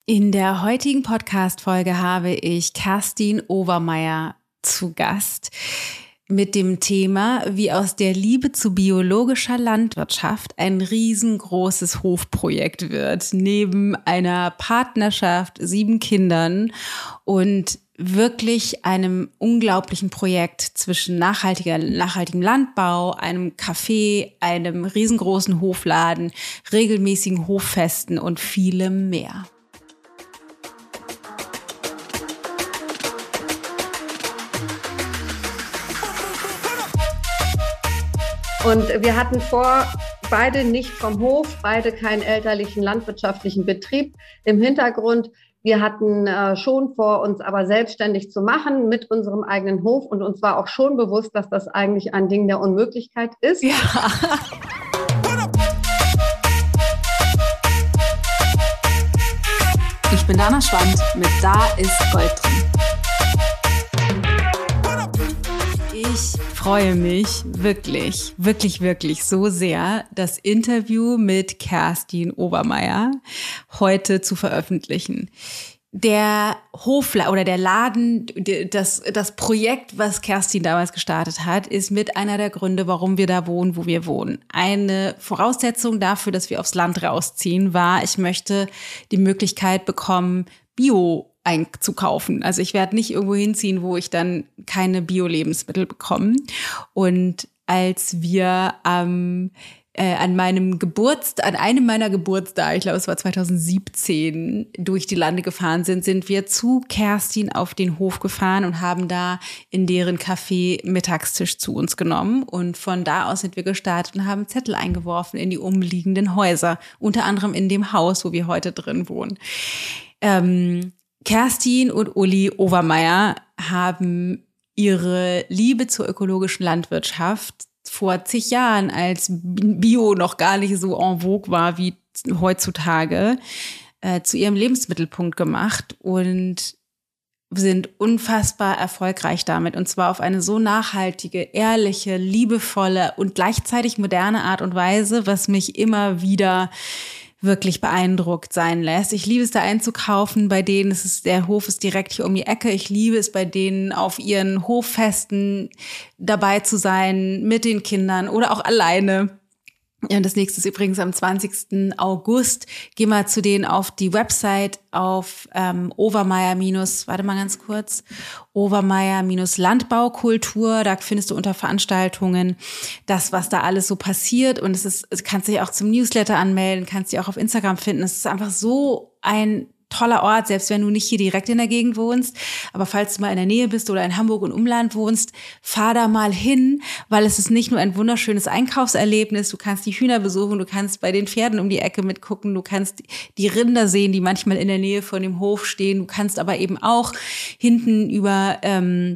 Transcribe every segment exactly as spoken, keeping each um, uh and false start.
In der heutigen Podcast-Folge habe ich Kerstin Overmeier zu Gast mit dem Thema, wie aus der Liebe zu biologischer Landwirtschaft ein riesengroßes Hofprojekt wird, neben einer Partnerschaft, sieben Kindern und wirklich einem unglaublichen Projekt zwischen nachhaltiger, nachhaltigem Landbau, einem Café, einem riesengroßen Hofladen, regelmäßigen Hoffesten und vielem mehr. Und wir hatten vor, beide nicht vom Hof, beide keinen elterlichen landwirtschaftlichen Betrieb im Hintergrund. Wir hatten äh, schon vor, uns aber selbstständig zu machen mit unserem eigenen Hof. Und uns war auch schon bewusst, dass das eigentlich ein Ding der Unmöglichkeit ist. Ja. Ich bin Dana Schwand mit Da ist Gold drin. Ich freue mich wirklich, wirklich, wirklich so sehr, das Interview mit Kerstin Overmeier heute zu veröffentlichen. Der Hofla- oder der Laden, das, das Projekt, was Kerstin damals gestartet hat, ist mit einer der Gründe, warum wir da wohnen, wo wir wohnen. Eine Voraussetzung dafür, dass wir aufs Land rausziehen, war, ich möchte die Möglichkeit bekommen, Bio einzukaufen. Also ich werde nicht irgendwo hinziehen, wo ich dann keine Bio-Lebensmittel bekomme. Und als wir ähm, äh, an meinem Geburtstag, an einem meiner Geburtstage, ich glaube es war zweitausendsiebzehn, durch die Lande gefahren sind, sind wir zu Kerstin auf den Hof gefahren und haben da in deren Café Mittagstisch zu uns genommen. Und von da aus sind wir gestartet und haben Zettel eingeworfen in die umliegenden Häuser, unter anderem in dem Haus, wo wir heute drin wohnen. Ähm, Kerstin und Uli Overmeier haben ihre Liebe zur ökologischen Landwirtschaft vor zig Jahren, als Bio noch gar nicht so en vogue war wie heutzutage, äh, zu ihrem Lebensmittelpunkt gemacht und sind unfassbar erfolgreich damit. Und zwar auf eine so nachhaltige, ehrliche, liebevolle und gleichzeitig moderne Art und Weise, was mich immer wieder wirklich beeindruckt sein lässt. Ich liebe es, da einzukaufen. Bei denen ist es, der Hof ist direkt hier um die Ecke. Ich liebe es, bei denen auf ihren Hoffesten dabei zu sein, mit den Kindern oder auch alleine. Ja, und das nächste ist übrigens am zwanzigsten August. Geh mal zu denen auf die Website auf ähm, Overmeier minus, warte mal ganz kurz, Overmeier minus Landbaukultur. Da findest du unter Veranstaltungen das, was da alles so passiert. Und es ist, du kannst dich auch zum Newsletter anmelden, kannst dich auch auf Instagram finden. Es ist einfach so ein toller Ort, selbst wenn du nicht hier direkt in der Gegend wohnst. Aber falls du mal in der Nähe bist oder in Hamburg und Umland wohnst, fahr da mal hin, weil es ist nicht nur ein wunderschönes Einkaufserlebnis. Du kannst die Hühner besuchen, du kannst bei den Pferden um die Ecke mitgucken, du kannst die Rinder sehen, die manchmal in der Nähe von dem Hof stehen. Du kannst aber eben auch hinten über ähm,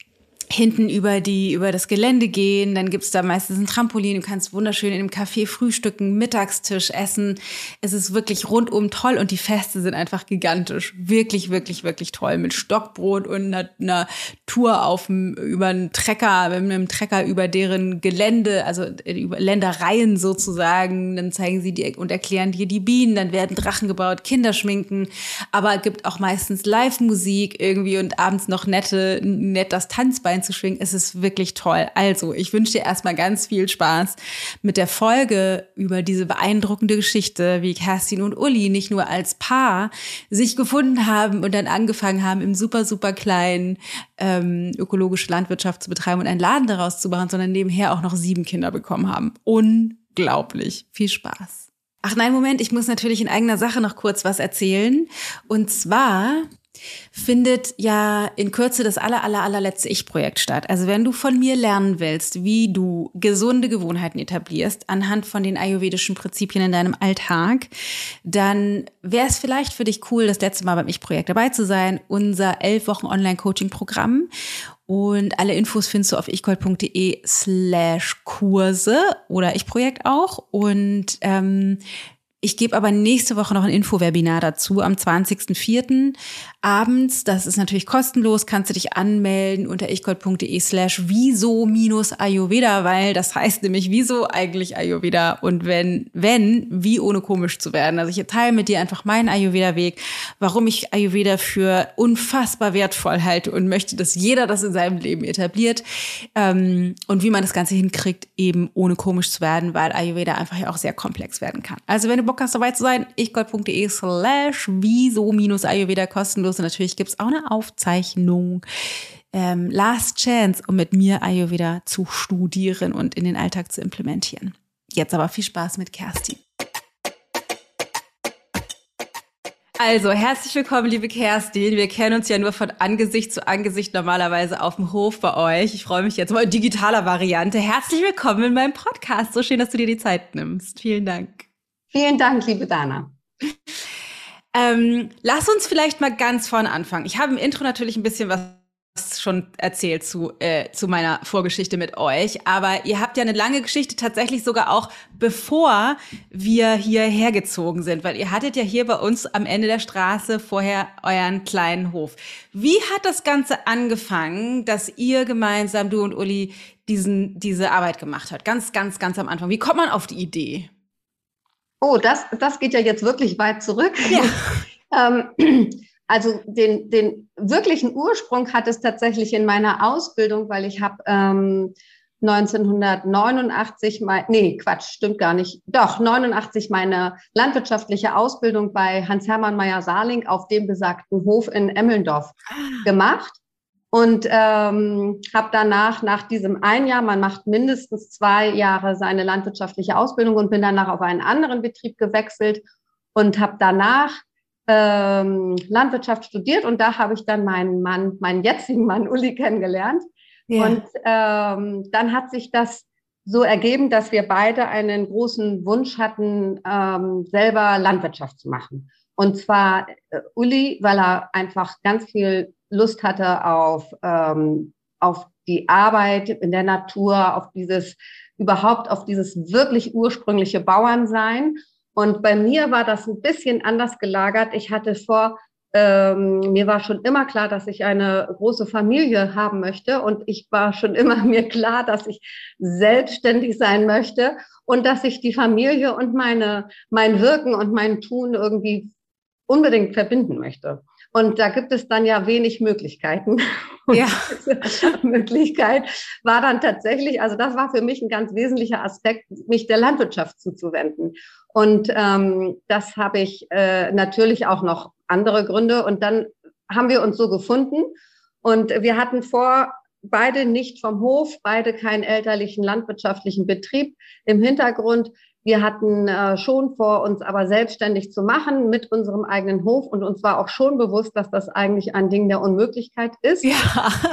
hinten über die über das Gelände gehen, dann gibt's da meistens ein Trampolin, du kannst wunderschön in dem Café frühstücken, Mittagstisch essen. Es ist wirklich rundum toll und die Feste sind einfach gigantisch. Wirklich, wirklich, wirklich toll mit Stockbrot und einer, einer Tour auf dem, über einen Trecker, mit einem Trecker über deren Gelände, also über Ländereien sozusagen. Dann zeigen sie dir und erklären dir die Bienen, dann werden Drachen gebaut, Kinder schminken, aber es gibt auch meistens Live-Musik irgendwie und abends noch nette, nett das Tanzbein zu schwingen. Es ist wirklich toll. Also, ich wünsche dir erstmal ganz viel Spaß mit der Folge über diese beeindruckende Geschichte, wie Kerstin und Uli nicht nur als Paar sich gefunden haben und dann angefangen haben, im super, super kleinen ähm, ökologische Landwirtschaft zu betreiben und einen Laden daraus zu machen, sondern nebenher auch noch sieben Kinder bekommen haben. Unglaublich. Viel Spaß. Ach nein, Moment, ich muss natürlich in eigener Sache noch kurz was erzählen. Und zwar findet ja in Kürze das aller, aller, allerletzte Ich-Projekt statt. Also wenn du von mir lernen willst, wie du gesunde Gewohnheiten etablierst anhand von den ayurvedischen Prinzipien in deinem Alltag, dann wäre es vielleicht für dich cool, das letzte Mal beim Ich-Projekt dabei zu sein. Unser elf Wochen Online-Coaching-Programm. Und alle Infos findest du auf ichgold.de slash Kurse oder Ich-Projekt auch. Und ähm, Ich gebe aber nächste Woche noch ein Infowebinar dazu am zwanzigsten vierten abends. Das ist natürlich kostenlos. Kannst du dich anmelden unter ichgold.de slash wieso minus Ayurveda, weil das heißt nämlich wieso eigentlich Ayurveda und wenn, wenn, wie ohne komisch zu werden. Also ich teile mit dir einfach meinen Ayurveda-Weg, warum ich Ayurveda für unfassbar wertvoll halte und möchte, dass jeder das in seinem Leben etabliert ähm, und wie man das Ganze hinkriegt, eben ohne komisch zu werden, weil Ayurveda einfach ja auch sehr komplex werden kann. Also wenn du Bock hast, dabei zu sein, ichgold.de slash wieso minus Ayurveda kostenlos. Und natürlich gibt's auch eine Aufzeichnung. Ähm, Last Chance, um mit mir Ayurveda zu studieren und in den Alltag zu implementieren. Jetzt aber viel Spaß mit Kerstin. Also, herzlich willkommen, liebe Kerstin. Wir kennen uns ja nur von Angesicht zu Angesicht normalerweise auf dem Hof bei euch. Ich freue mich jetzt mal in digitaler Variante. Herzlich willkommen in meinem Podcast. So schön, dass du dir die Zeit nimmst. Vielen Dank. Vielen Dank, liebe Dana. Ähm, lass uns vielleicht mal ganz vorne anfangen. Ich habe im Intro natürlich ein bisschen was schon erzählt zu, äh, zu meiner Vorgeschichte mit euch, aber ihr habt ja eine lange Geschichte, tatsächlich sogar auch bevor wir hierher gezogen sind, weil ihr hattet ja hier bei uns am Ende der Straße vorher euren kleinen Hof. Wie hat das Ganze angefangen, dass ihr gemeinsam, du und Uli, diesen, diese Arbeit gemacht habt? Ganz, ganz, ganz am Anfang. Wie kommt man auf die Idee? Oh, das, das geht ja jetzt wirklich weit zurück. Ja. ähm, also den, den wirklichen Ursprung hat es tatsächlich in meiner Ausbildung, weil ich habe ähm, neunzehnhundertneunundachtzig, mein, nee, Quatsch, stimmt gar nicht, doch, neunundachtzig meine landwirtschaftliche Ausbildung bei Hans-Hermann Meyer-Saling auf dem besagten Hof in Emmelsdorf gemacht. Und ähm, habe danach, nach diesem ein Jahr, man macht mindestens zwei Jahre seine landwirtschaftliche Ausbildung und bin danach auf einen anderen Betrieb gewechselt und habe danach ähm, Landwirtschaft studiert. Und da habe ich dann meinen Mann, meinen jetzigen Mann Uli kennengelernt. Ja. Und ähm, dann hat sich das so ergeben, dass wir beide einen großen Wunsch hatten, ähm, selber Landwirtschaft zu machen. Und zwar äh, Uli, weil er einfach ganz viel Lust hatte auf, ähm, auf die Arbeit in der Natur, auf dieses, überhaupt auf dieses wirklich ursprüngliche Bauernsein. Und bei mir war das ein bisschen anders gelagert. Ich hatte vor, ähm, mir war schon immer klar, dass ich eine große Familie haben möchte. Und ich war schon immer mir klar, dass ich selbstständig sein möchte und dass ich die Familie und meine, mein Wirken und mein Tun irgendwie unbedingt verbinden möchte. Und da gibt es dann ja wenig Möglichkeiten. Und ja. diese Möglichkeit war dann tatsächlich, also das war für mich ein ganz wesentlicher Aspekt, mich der Landwirtschaft zuzuwenden. Und ähm, das habe ich äh, natürlich auch noch andere Gründe. Und dann haben wir uns so gefunden. Und wir hatten vor, beide nicht vom Hof, beide keinen elterlichen landwirtschaftlichen Betrieb im Hintergrund. Wir hatten äh, schon vor, uns aber selbstständig zu machen mit unserem eigenen Hof und uns war auch schon bewusst, dass das eigentlich ein Ding der Unmöglichkeit ist. Ja.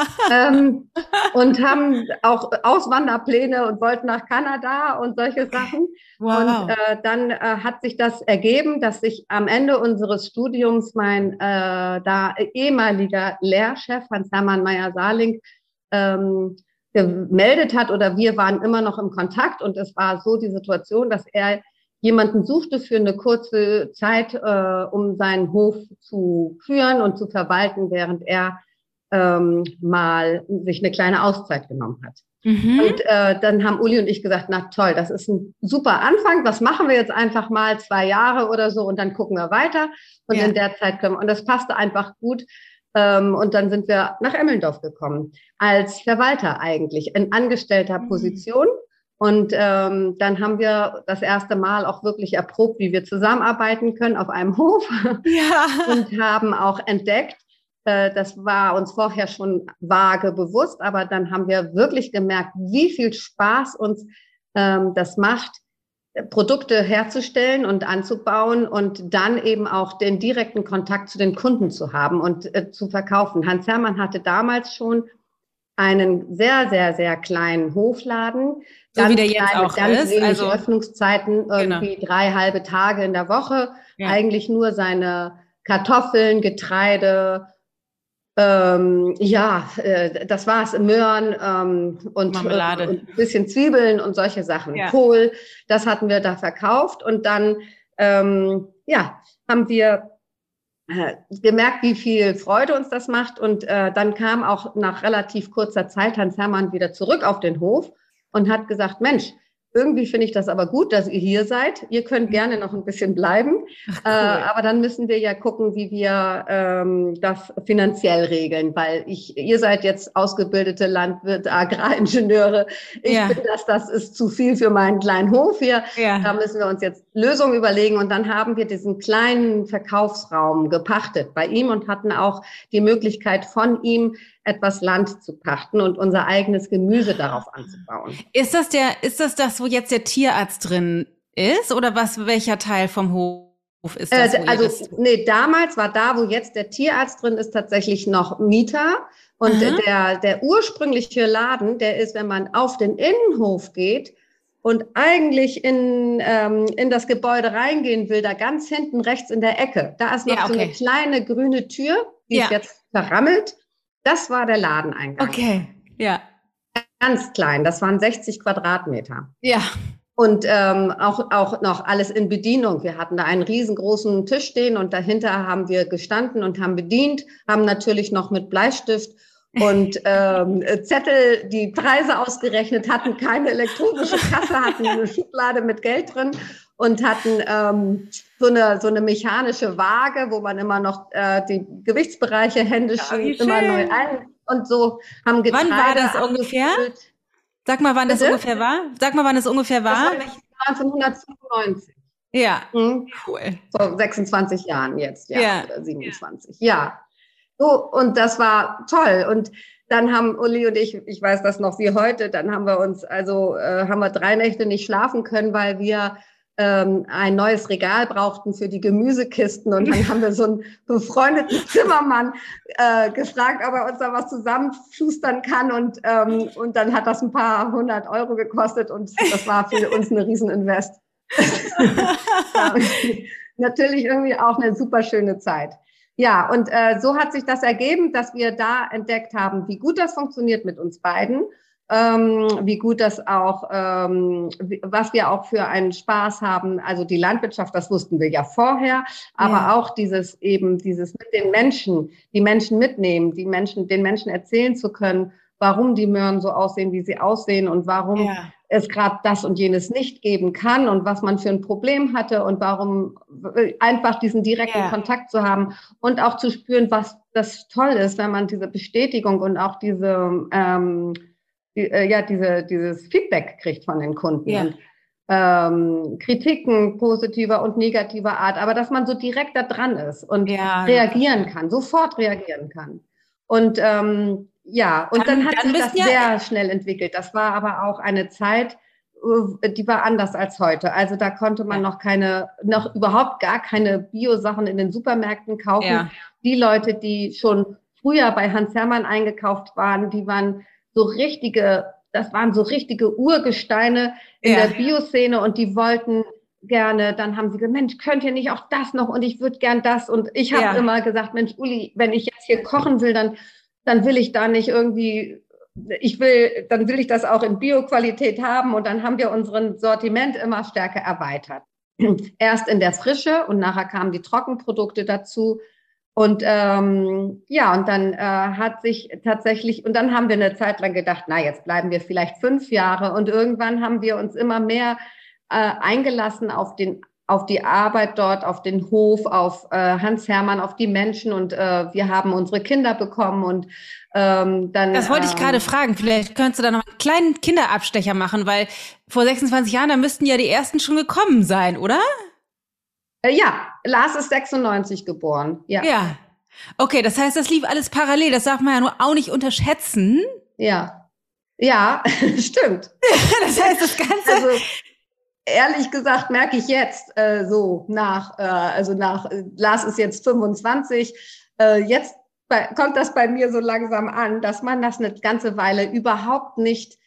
Ähm, und haben auch Auswanderpläne und wollten nach Kanada und solche Sachen. Wow. Und äh, dann äh, hat sich das ergeben, dass sich am Ende unseres Studiums mein äh, da ehemaliger Lehrchef Hans-Hermann Meyer-Saling ähm, gemeldet hat oder wir waren immer noch im Kontakt und es war so die Situation, dass er jemanden suchte für eine kurze Zeit, äh, um seinen Hof zu führen und zu verwalten, während er ähm, mal sich eine kleine Auszeit genommen hat. Mhm. Und äh, dann haben Uli und ich gesagt, na toll, das ist ein super Anfang, das machen wir jetzt einfach mal zwei Jahre oder so und dann gucken wir weiter und ja. in der Zeit können wir, und das passte einfach gut. Und dann sind wir nach Emmelsdorf gekommen, als Verwalter eigentlich, in angestellter Position. Und ähm, dann haben wir das erste Mal auch wirklich erprobt, wie wir zusammenarbeiten können auf einem Hof. Ja. Und haben auch entdeckt, äh, das war uns vorher schon vage bewusst, aber dann haben wir wirklich gemerkt, wie viel Spaß uns ähm, das macht, Produkte herzustellen und anzubauen und dann eben auch den direkten Kontakt zu den Kunden zu haben und äh, zu verkaufen. Hans-Hermann hatte damals schon einen sehr, sehr, sehr kleinen Hofladen. So ganz wie der jetzt klein, auch mit ganz ist. wenig Also, Öffnungszeiten, irgendwie genau. drei halbe Tage in der Woche. Ja. Eigentlich nur seine Kartoffeln, Getreide, Ähm, ja, äh, das war's. Möhren ähm, und, Marmelade. Äh, und ein bisschen Zwiebeln und solche Sachen. Ja. Kohl, das hatten wir da verkauft. Und dann ähm, ja, haben wir äh, gemerkt, wie viel Freude uns das macht. Und äh, dann kam auch nach relativ kurzer Zeit Hans Hermann wieder zurück auf den Hof und hat gesagt, Mensch, irgendwie finde ich das aber gut, dass ihr hier seid. Ihr könnt gerne noch ein bisschen bleiben. Ach, cool. äh, aber dann müssen wir ja gucken, wie wir ähm, das finanziell regeln, weil ich, ihr seid jetzt ausgebildete Landwirte, Agraringenieure. Ich ja. bin das, das ist zu viel für meinen kleinen Hof hier. Ja. Da müssen wir uns jetzt Lösungen überlegen. Und dann haben wir diesen kleinen Verkaufsraum gepachtet bei ihm und hatten auch die Möglichkeit von ihm etwas Land zu pachten und unser eigenes Gemüse darauf anzubauen. Ist das der, ist das das, wo jetzt der Tierarzt drin ist oder was, welcher Teil vom Hof ist das? Äh, also, das nee, damals war da, wo jetzt der Tierarzt drin ist, tatsächlich noch Mieter. Und mhm. der, der ursprüngliche Laden, der ist, wenn man auf den Innenhof geht und eigentlich in, ähm, in das Gebäude reingehen will, da ganz hinten rechts in der Ecke, da ist noch ja, okay. so eine kleine grüne Tür, die ja. ist jetzt verrammelt. Das war der Ladeneingang. Okay, ja. Ganz klein, das waren sechzig Quadratmeter. Ja. Und ähm, auch, auch noch alles in Bedienung. Wir hatten da einen riesengroßen Tisch stehen und dahinter haben wir gestanden und haben bedient, haben natürlich noch mit Bleistift und ähm, Zettel die Preise ausgerechnet, hatten keine elektronische Kasse, hatten eine Schublade mit Geld drin und hatten ähm, so eine so eine mechanische Waage, wo man immer noch äh, die Gewichtsbereiche händisch ja, immer neu ein und so haben Getreide. Wann war das ungefähr? Sag mal, wann Bitte? das ungefähr war. Sag mal, wann es ungefähr war. Das war neunzehnhundertfünfundneunzig. Ja, hm? Cool. Vor sechsundzwanzig Jahren jetzt, ja, ja. oder siebenundzwanzig. Ja. ja. So, und das war toll. Und dann haben Uli und ich, ich weiß das noch wie heute, dann haben wir uns, also äh, haben wir drei Nächte nicht schlafen können, weil wir ähm, ein neues Regal brauchten für die Gemüsekisten. Und dann haben wir so einen befreundeten Zimmermann äh, gefragt, ob er uns da was zusammenschustern kann. Und, ähm, und dann hat das ein paar hundert Euro gekostet und das war für uns eine Rieseninvest. Natürlich irgendwie auch eine super schöne Zeit. Ja, und äh, so hat sich das ergeben, dass wir da entdeckt haben, wie gut das funktioniert mit uns beiden, ähm, wie gut das auch, ähm, wie, was wir auch für einen Spaß haben. Also die Landwirtschaft, das wussten wir ja vorher, aber ja. auch dieses eben dieses mit den Menschen, die Menschen mitnehmen, die Menschen, den Menschen erzählen zu können, warum die Möhren so aussehen, wie sie aussehen und warum ja. es gerade das und jenes nicht geben kann und was man für ein Problem hatte und warum einfach diesen direkten ja. Kontakt zu haben und auch zu spüren, was das toll ist, wenn man diese Bestätigung und auch diese ähm, die, äh, ja diese dieses Feedback kriegt von den Kunden. Ja. Und, ähm, Kritiken positiver und negativer Art, aber dass man so direkt da dran ist und ja. reagieren kann, sofort reagieren kann. Und ähm, ja, und dann, dann hat dann sich das ja sehr schnell entwickelt. Das war aber auch eine Zeit, die war anders als heute. Also da konnte man ja. noch keine, noch überhaupt gar keine Bio-Sachen in den Supermärkten kaufen. Ja. Die Leute, die schon früher bei Hans Hermann eingekauft waren, die waren so richtige, das waren so richtige Urgesteine in ja. der Bio-Szene und die wollten gerne, dann haben sie gesagt, Mensch, könnt ihr nicht auch das noch und ich würde gern das und ich habe ja. immer gesagt, Mensch, Uli, wenn ich jetzt hier kochen will, dann dann will ich da nicht irgendwie, ich will, dann will ich das auch in Bio-Qualität haben und dann haben wir unseren Sortiment immer stärker erweitert. Erst in der Frische und nachher kamen die Trockenprodukte dazu und ähm, ja, und dann äh, hat sich tatsächlich, und dann haben wir eine Zeit lang gedacht, na, jetzt bleiben wir vielleicht fünf Jahre und irgendwann haben wir uns immer mehr äh, eingelassen auf den auf die Arbeit dort, auf den Hof, auf äh, Hans Hermann, auf die Menschen und äh, wir haben unsere Kinder bekommen und ähm, dann... Das wollte ich ähm, gerade fragen, vielleicht könntest du da noch einen kleinen Kinderabstecher machen, weil vor sechsundzwanzig Jahren, da müssten ja die ersten schon gekommen sein, oder? Äh, ja, Lars ist sechsundneunzig geboren, ja. Ja, okay, das heißt, das lief alles parallel, das darf man ja nur auch nicht unterschätzen. Ja, ja, stimmt. Das heißt, das Ganze... Also, ehrlich gesagt merke ich jetzt äh, so nach, äh, also nach, äh, Lars ist jetzt fünfundzwanzig, äh, jetzt bei, kommt das bei mir so langsam an, dass man das eine ganze Weile überhaupt nicht,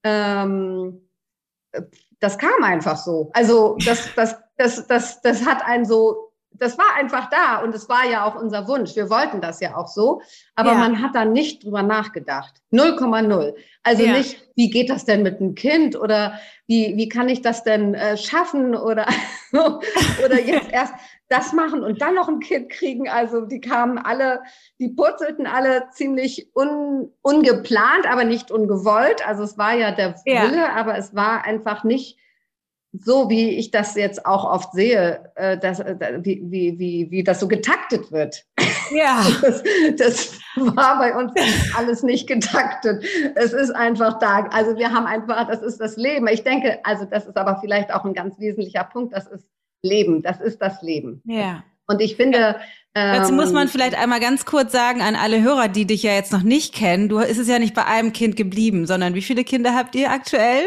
ähm, das kam einfach so. Also das, das, das, das, das hat einen so das war einfach da und es war ja auch unser Wunsch. Wir wollten das ja auch so, aber ja. man hat da nicht drüber nachgedacht. null Komma null. Also ja. nicht, wie geht das denn mit einem Kind oder wie, wie kann ich das denn äh, schaffen oder, oder jetzt erst das machen und dann noch ein Kind kriegen. Also die kamen alle, die purzelten alle ziemlich un, ungeplant, aber nicht ungewollt. Also es war ja der Wille, ja. aber es war einfach nicht so, wie ich das jetzt auch oft sehe, äh, dass, äh, wie, wie, wie, wie das so getaktet wird. Ja. Das, das war bei uns alles nicht getaktet. Es ist einfach da. Also wir haben einfach, das ist das Leben. Ich denke, also das ist aber vielleicht auch ein ganz wesentlicher Punkt, das ist Leben. Das ist das Leben. Ja. Und ich finde... Ähm, Dazu muss man vielleicht einmal ganz kurz sagen an alle Hörer, die dich ja jetzt noch nicht kennen, du ist es ja nicht bei einem Kind geblieben, sondern wie viele Kinder habt ihr aktuell?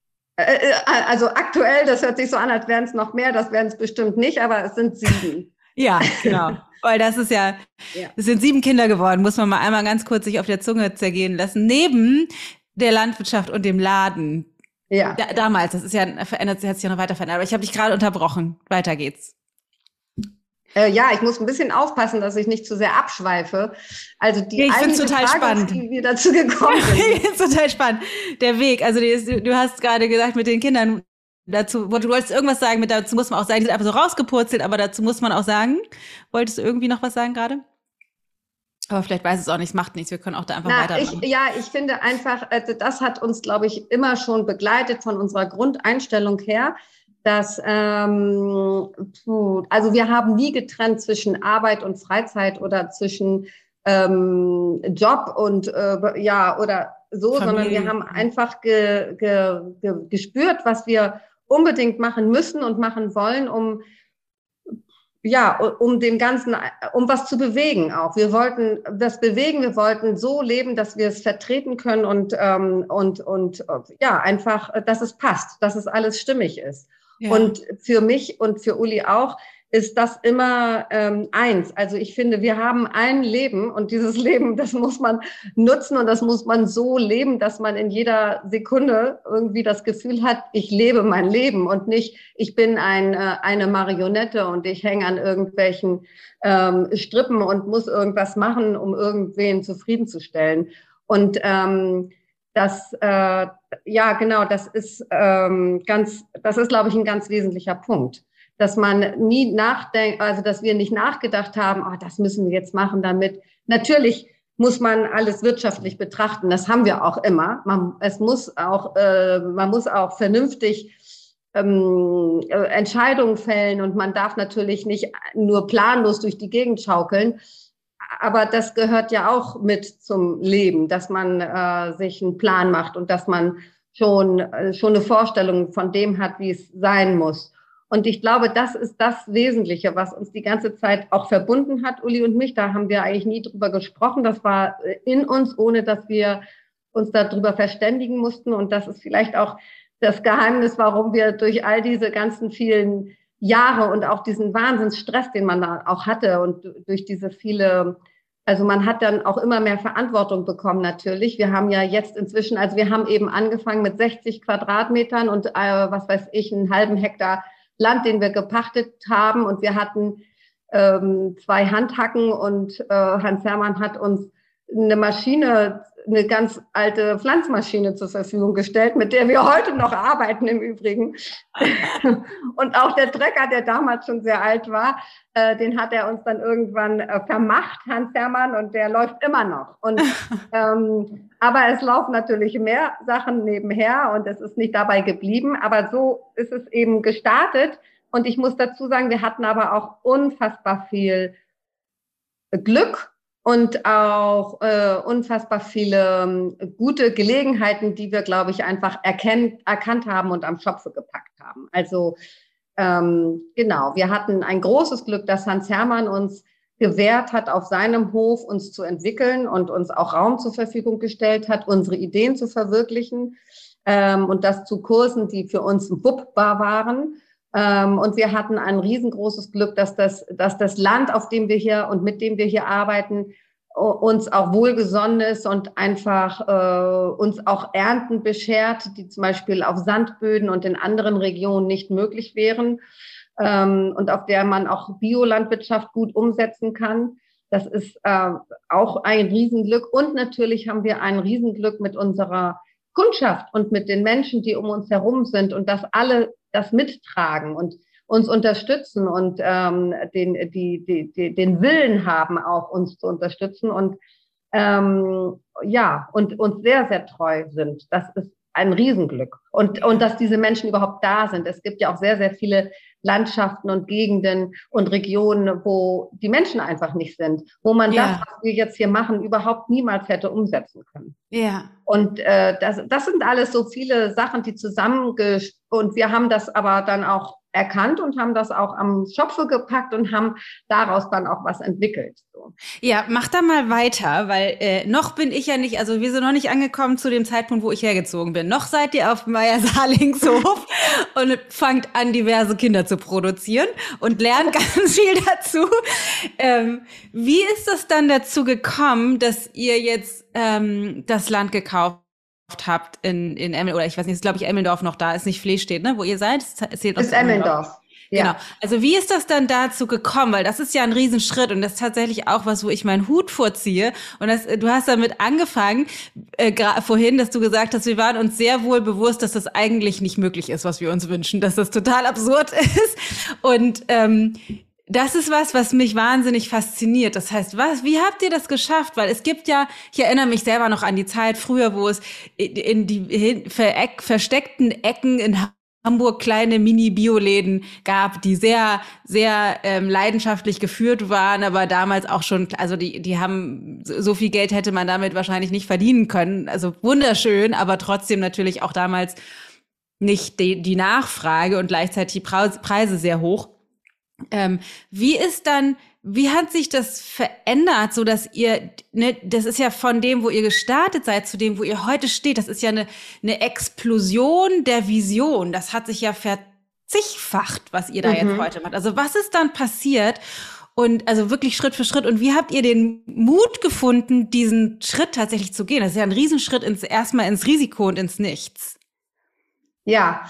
Also aktuell, das hört sich so an, als wären es noch mehr, das wären es bestimmt nicht, aber es sind sieben. Ja, genau. Weil das ist ja, ja, es sind sieben Kinder geworden, muss man mal einmal ganz kurz sich auf der Zunge zergehen lassen. Neben der Landwirtschaft und dem Laden. Ja. Da, damals, das ist ja verändert, hat sich ja noch weiter verändert. Aber ich habe dich gerade unterbrochen. Weiter geht's. Äh, ja, ich muss ein bisschen aufpassen, dass ich nicht zu sehr abschweife. Also die ja, ich eigentliche total Frage, spannend. wie wir dazu gekommen sind. Ich finde es total spannend. Der Weg, also du, du hast gerade gesagt mit den Kindern, dazu, du wolltest irgendwas sagen, mit dazu muss man auch sagen, die sind einfach so rausgepurzelt, aber dazu muss man auch sagen, wolltest du irgendwie noch was sagen gerade? Aber vielleicht weiß es auch nicht, es macht nichts, wir können auch da einfach Na, weitermachen. Ich, ja, ich finde einfach, also das hat uns, glaube ich, immer schon begleitet von unserer Grundeinstellung her, dass, ähm, also wir haben nie getrennt zwischen Arbeit und Freizeit oder zwischen ähm, Job und äh, ja oder so, Familie. Sondern wir haben einfach ge, ge, ge, gespürt, was wir unbedingt machen müssen und machen wollen, um ja, um dem Ganzen, um was zu bewegen auch. Wir wollten das bewegen, wir wollten so leben, dass wir es vertreten können und ähm, und und ja einfach, dass es passt, dass es alles stimmig ist. Ja. Und für mich und für Uli auch ist das immer ähm, eins. Also ich finde, wir haben ein Leben und dieses Leben, das muss man nutzen und das muss man so leben, dass man in jeder Sekunde irgendwie das Gefühl hat, ich lebe mein Leben und nicht, ich bin ein, äh, eine Marionette und ich hänge an irgendwelchen ähm, Strippen und muss irgendwas machen, um irgendwen zufriedenzustellen. Und ähm, Das, äh, ja, genau, das ist ähm, ganz, das ist, glaube ich, ein ganz wesentlicher Punkt, dass man nie nachdenkt, also dass wir nicht nachgedacht haben, oh, das müssen wir jetzt machen damit. Natürlich muss man alles wirtschaftlich betrachten, das haben wir auch immer. Man, es muss auch, äh, man muss auch vernünftig ähm, äh, Entscheidungen fällen und man darf natürlich nicht nur planlos durch die Gegend schaukeln. Aber das gehört ja auch mit zum Leben, dass man äh, sich einen Plan macht und dass man schon, äh, schon eine Vorstellung von dem hat, wie es sein muss. Und ich glaube, das ist das Wesentliche, was uns die ganze Zeit auch verbunden hat, Uli und mich. Da haben wir eigentlich nie drüber gesprochen. Das war in uns, ohne dass wir uns darüber verständigen mussten. Und das ist vielleicht auch das Geheimnis, warum wir durch all diese ganzen vielen Jahre und auch diesen Wahnsinnsstress, den man da auch hatte und durch diese viele, also man hat dann auch immer mehr Verantwortung bekommen natürlich. Wir haben ja jetzt inzwischen, also wir haben eben angefangen mit sechzig Quadratmetern und äh, was weiß ich, einen halben Hektar Land, den wir gepachtet haben und wir hatten ähm, zwei Handhacken und äh, Hans Hermann hat uns eine Maschine, eine ganz alte Pflanzmaschine zur Verfügung gestellt, mit der wir heute noch arbeiten im Übrigen. Und auch der Trecker, der damals schon sehr alt war, äh, den hat er uns dann irgendwann äh, vermacht, Hans Hermann, und der läuft immer noch. Und, ähm, aber es laufen natürlich mehr Sachen nebenher und es ist nicht dabei geblieben. Aber so ist es eben gestartet. Und ich muss dazu sagen, wir hatten aber auch unfassbar viel Glück und auch äh, unfassbar viele äh, gute Gelegenheiten, die wir, glaube ich, einfach erkennt, erkannt haben und am Schopfe gepackt haben. Also ähm, genau, wir hatten ein großes Glück, dass Hans Hermann uns gewährt hat, auf seinem Hof uns zu entwickeln und uns auch Raum zur Verfügung gestellt hat, unsere Ideen zu verwirklichen ähm, und das zu Kursen, die für uns wuppbar waren. Ähm, und wir hatten ein riesengroßes Glück, dass das, dass das Land, auf dem wir hier und mit dem wir hier arbeiten, uns auch wohlgesonnen ist und einfach äh, uns auch Ernten beschert, die zum Beispiel auf Sandböden und in anderen Regionen nicht möglich wären. ähm, und auf der man auch Biolandwirtschaft gut umsetzen kann. Das ist äh, auch ein Riesenglück. Und natürlich haben wir ein Riesenglück mit unserer Kundschaft und mit den Menschen, die um uns herum sind und dass alle das mittragen und uns unterstützen und ähm, den, die, die, die, den Willen haben, auch uns zu unterstützen und ähm, ja, und uns sehr, sehr treu sind. Das ist ein Riesenglück. Und, und dass diese Menschen überhaupt da sind. Es gibt ja auch sehr, sehr viele Landschaften und Gegenden und Regionen, wo die Menschen einfach nicht sind, wo man ja. das, was wir jetzt hier machen, überhaupt niemals hätte umsetzen können. Ja. Und äh, das, das sind alles so viele Sachen, die zusammengesch... Und wir haben das aber dann auch erkannt und haben das auch am Schopfe gepackt und haben daraus dann auch was entwickelt. So. Ja, mach da mal weiter, weil äh, noch bin ich ja nicht, also wir sind noch nicht angekommen zu dem Zeitpunkt, wo ich hergezogen bin. Noch seid ihr auf Meyer-Salingshof und fangt an, diverse Kinder zu produzieren und lernt ganz viel dazu. Ähm, wie ist es dann dazu gekommen, dass ihr jetzt ähm, das Land gekauft habt in, in Emmel, oder ich weiß nicht, ist glaube ich Emmeldorf noch da, ist nicht Flehstedt, ne, wo ihr seid? Es ist Emmeldorf. Ja. Genau. Also wie ist das dann dazu gekommen? Weil das ist ja ein Riesenschritt und das ist tatsächlich auch was, wo ich meinen Hut vorziehe. Und das, du hast damit angefangen, äh, vorhin, dass du gesagt hast, wir waren uns sehr wohl bewusst, dass das eigentlich nicht möglich ist, was wir uns wünschen, dass das total absurd ist. Und ähm, das ist was, was mich wahnsinnig fasziniert. Das heißt, was, wie habt ihr das geschafft? Weil es gibt ja, ich erinnere mich selber noch an die Zeit früher, wo es in die versteckten Ecken in Hamburg kleine Mini-Bioläden gab, die sehr, sehr ähm, leidenschaftlich geführt waren, aber damals auch schon, also die, die haben, so viel Geld hätte man damit wahrscheinlich nicht verdienen können. Also wunderschön, aber trotzdem natürlich auch damals nicht die, die Nachfrage und gleichzeitig die Preise sehr hoch. Ähm, wie ist dann, wie hat sich das verändert, so dass ihr, ne, das ist ja von dem, wo ihr gestartet seid, zu dem, wo ihr heute steht, das ist ja eine, eine Explosion der Vision. Das hat sich ja verzigfacht, was ihr da mhm. jetzt heute macht. Also was ist dann passiert? Und also wirklich Schritt für Schritt. Und wie habt ihr den Mut gefunden, diesen Schritt tatsächlich zu gehen? Das ist ja ein Riesenschritt ins, erstmal ins Risiko und ins Nichts. Ja.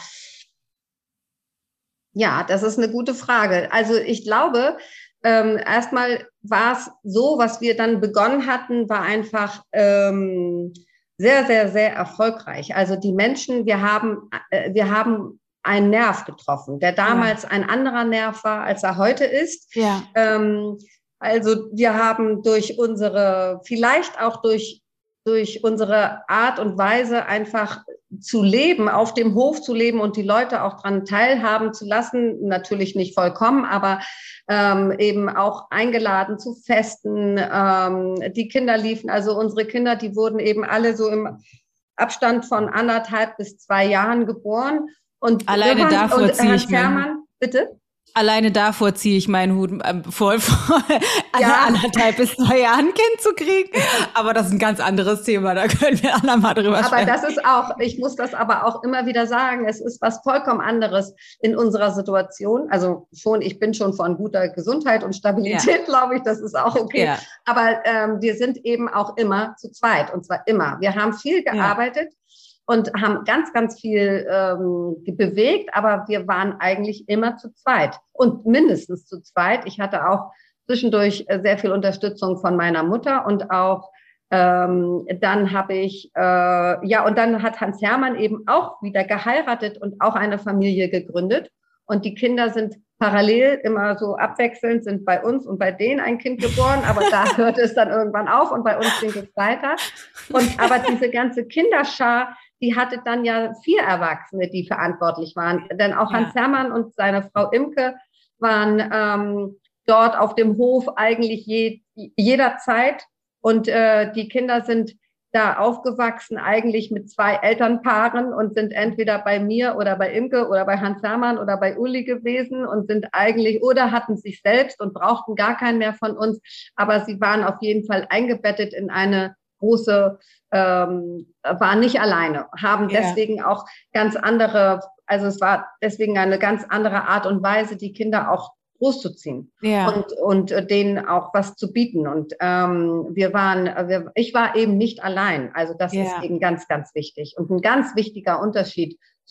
Ja, das ist eine gute Frage. Also ich glaube, ähm, erstmal war es so, was wir dann begonnen hatten, war einfach ähm, sehr, sehr, sehr erfolgreich. Also die Menschen, wir haben, äh, wir haben einen Nerv getroffen, der damals ja. ein anderer Nerv war, als er heute ist. Ja. Ähm, also wir haben durch unsere, vielleicht auch durch durch unsere Art und Weise einfach zu leben, auf dem Hof zu leben und die Leute auch dran teilhaben zu lassen, natürlich nicht vollkommen, aber ähm, eben auch eingeladen zu Festen. Ähm, die Kinder liefen, also unsere Kinder, die wurden eben alle so im Abstand von anderthalb bis zwei Jahren geboren. Und alleine waren, davor und ziehe ich Hermann, bitte? Alleine davor ziehe ich meinen Hut äh, vor, vor ja. anderthalb bis zwei Jahren ein Kind zu kriegen. Aber das ist ein ganz anderes Thema, da können wir andermal drüber aber sprechen. Aber das ist auch, ich muss das aber auch immer wieder sagen, es ist was vollkommen anderes in unserer Situation. Also schon, ich bin schon von guter Gesundheit und Stabilität, ja. glaube ich, das ist auch okay. Ja. Aber ähm, wir sind eben auch immer zu zweit, und zwar immer. Wir haben viel gearbeitet. Ja. Und haben ganz, ganz viel ähm, bewegt, aber wir waren eigentlich immer zu zweit und mindestens zu zweit. Ich hatte auch zwischendurch sehr viel Unterstützung von meiner Mutter und auch ähm, dann habe ich, äh, ja, und dann hat Hans Hermann eben auch wieder geheiratet und auch eine Familie gegründet. Und die Kinder sind parallel immer so abwechselnd, sind bei uns und bei denen ein Kind geboren, aber da hört es dann irgendwann auf und bei uns ging es weiter. Und aber diese ganze Kinderschar, die hatte dann ja vier Erwachsene, die verantwortlich waren. Denn auch ja. Hans Hermann und seine Frau Imke waren ähm, dort auf dem Hof eigentlich je, jederzeit. Und äh, die Kinder sind da aufgewachsen eigentlich mit zwei Elternpaaren und sind entweder bei mir oder bei Imke oder bei Hans Hermann oder bei Uli gewesen und sind eigentlich oder hatten sich selbst und brauchten gar keinen mehr von uns. Aber sie waren auf jeden Fall eingebettet in eine große, ähm, waren nicht alleine, haben yeah. deswegen auch ganz andere, also es war deswegen eine ganz andere Art und Weise, die Kinder auch großzuziehen yeah. und, und denen auch was zu bieten. Und ähm, wir waren, wir, ich war eben nicht allein. Also das yeah. ist eben ganz, ganz wichtig und ein ganz wichtiger Unterschied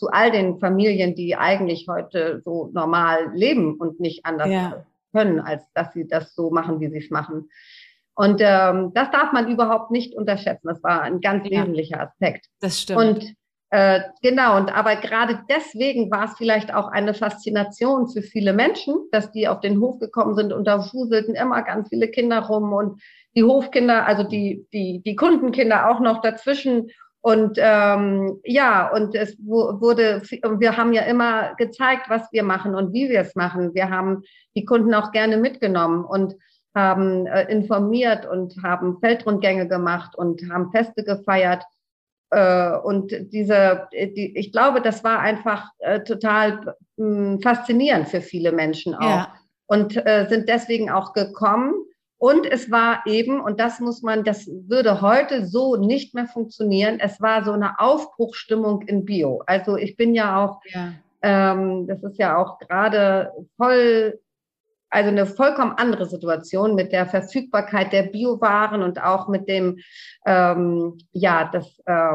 zu all den Familien, die eigentlich heute so normal leben und nicht anders Ja. können, als dass sie das so machen, wie sie es machen. Und ähm, das darf man überhaupt nicht unterschätzen. Das war ein ganz Ja. wesentlicher Aspekt. Das stimmt. Und äh, genau, und aber gerade deswegen war es vielleicht auch eine Faszination für viele Menschen, dass die auf den Hof gekommen sind und da wuselten immer ganz viele Kinder rum und die Hofkinder, also die, die, die Kundenkinder auch noch dazwischen. Und ähm, ja, und es wurde, wir haben ja immer gezeigt, was wir machen und wie wir es machen. Wir haben die Kunden auch gerne mitgenommen und haben äh, informiert und haben Feldrundgänge gemacht und haben Feste gefeiert. Äh, und diese, die, ich glaube, das war einfach äh, total mh, faszinierend für viele Menschen auch. Ja. Und äh, sind deswegen auch gekommen. Und es war eben, und das muss man, das würde heute so nicht mehr funktionieren, es war so eine Aufbruchsstimmung in Bio. Also ich bin ja auch, Ja. ähm, das ist ja auch gerade voll, also eine vollkommen andere Situation mit der Verfügbarkeit der Biowaren und auch mit dem, ähm, ja, das, äh,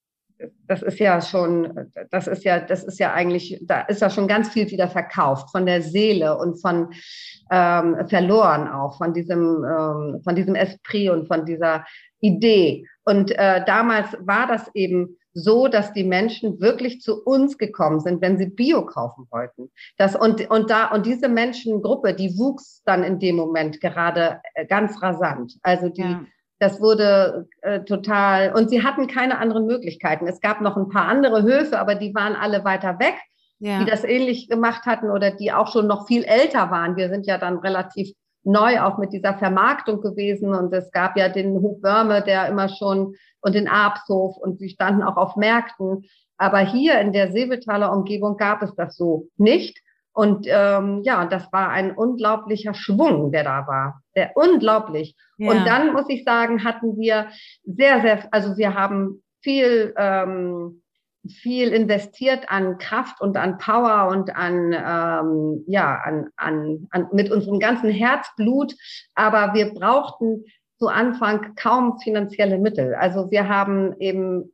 das ist ja schon, das ist ja, das ist ja eigentlich, da ist ja schon ganz viel wieder verkauft von der Seele und von ähm, verloren auch, von diesem, ähm, von diesem Esprit und von dieser Idee. Und äh, damals war das eben so, dass die Menschen wirklich zu uns gekommen sind, wenn sie Bio kaufen wollten. Das, und, und, da, und diese Menschengruppe, die wuchs dann in dem Moment gerade ganz rasant. Also die, ja. Das wurde äh, total, und sie hatten keine anderen Möglichkeiten. Es gab noch ein paar andere Höfe, aber die waren alle weiter weg, ja. die das ähnlich gemacht hatten oder die auch schon noch viel älter waren. Wir sind ja dann relativ neu auch mit dieser Vermarktung gewesen und es gab ja den Hof Wörme, der immer schon, und den Abshof und sie standen auch auf Märkten. Aber hier in der Seevedtaler Umgebung gab es das so nicht. Und ähm, ja, das war ein unglaublicher Schwung, der da war. Der unglaublich. Ja. Und dann muss ich sagen, hatten wir sehr, sehr, also wir haben viel, ähm, viel investiert an Kraft und an Power und an, ähm, ja, an, an, an, mit unserem ganzen Herzblut. Aber wir brauchten zu Anfang kaum finanzielle Mittel. Also wir haben eben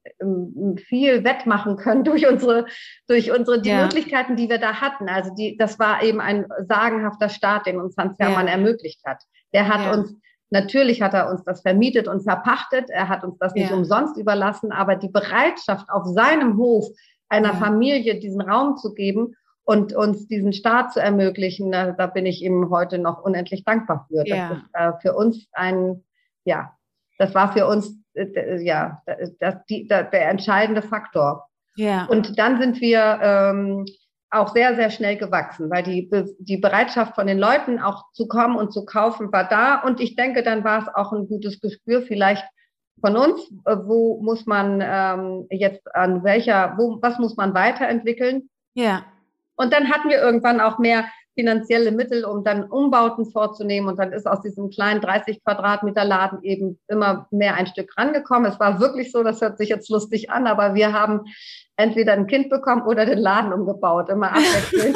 viel wettmachen können durch unsere, durch unsere, die ja. Möglichkeiten, die wir da hatten. Also die, das war eben ein sagenhafter Start, den uns Hans Hermann ja. ermöglicht hat. Der hat ja. uns, natürlich hat er uns das vermietet und verpachtet. Er hat uns das nicht ja. umsonst überlassen, aber die Bereitschaft auf seinem Hof einer ja. Familie diesen Raum zu geben und uns diesen Start zu ermöglichen, da, da bin ich ihm heute noch unendlich dankbar für. Ja. Das ist äh, für uns ein, ja, das war für uns äh, ja das, die, das, der entscheidende Faktor. Ja. Und dann sind wir ähm, auch sehr, sehr schnell gewachsen, weil die, die Bereitschaft von den Leuten auch zu kommen und zu kaufen war da. Und ich denke, dann war es auch ein gutes Gespür vielleicht von uns, äh, wo muss man ähm, jetzt an welcher, wo, was muss man weiterentwickeln. Ja. Und dann hatten wir irgendwann auch mehr finanzielle Mittel, um dann Umbauten vorzunehmen. Und dann ist aus diesem kleinen dreißig Quadratmeter Laden eben immer mehr ein Stück rangekommen. Es war wirklich so, das hört sich jetzt lustig an, aber wir haben entweder ein Kind bekommen oder den Laden umgebaut, immer abwechselnd.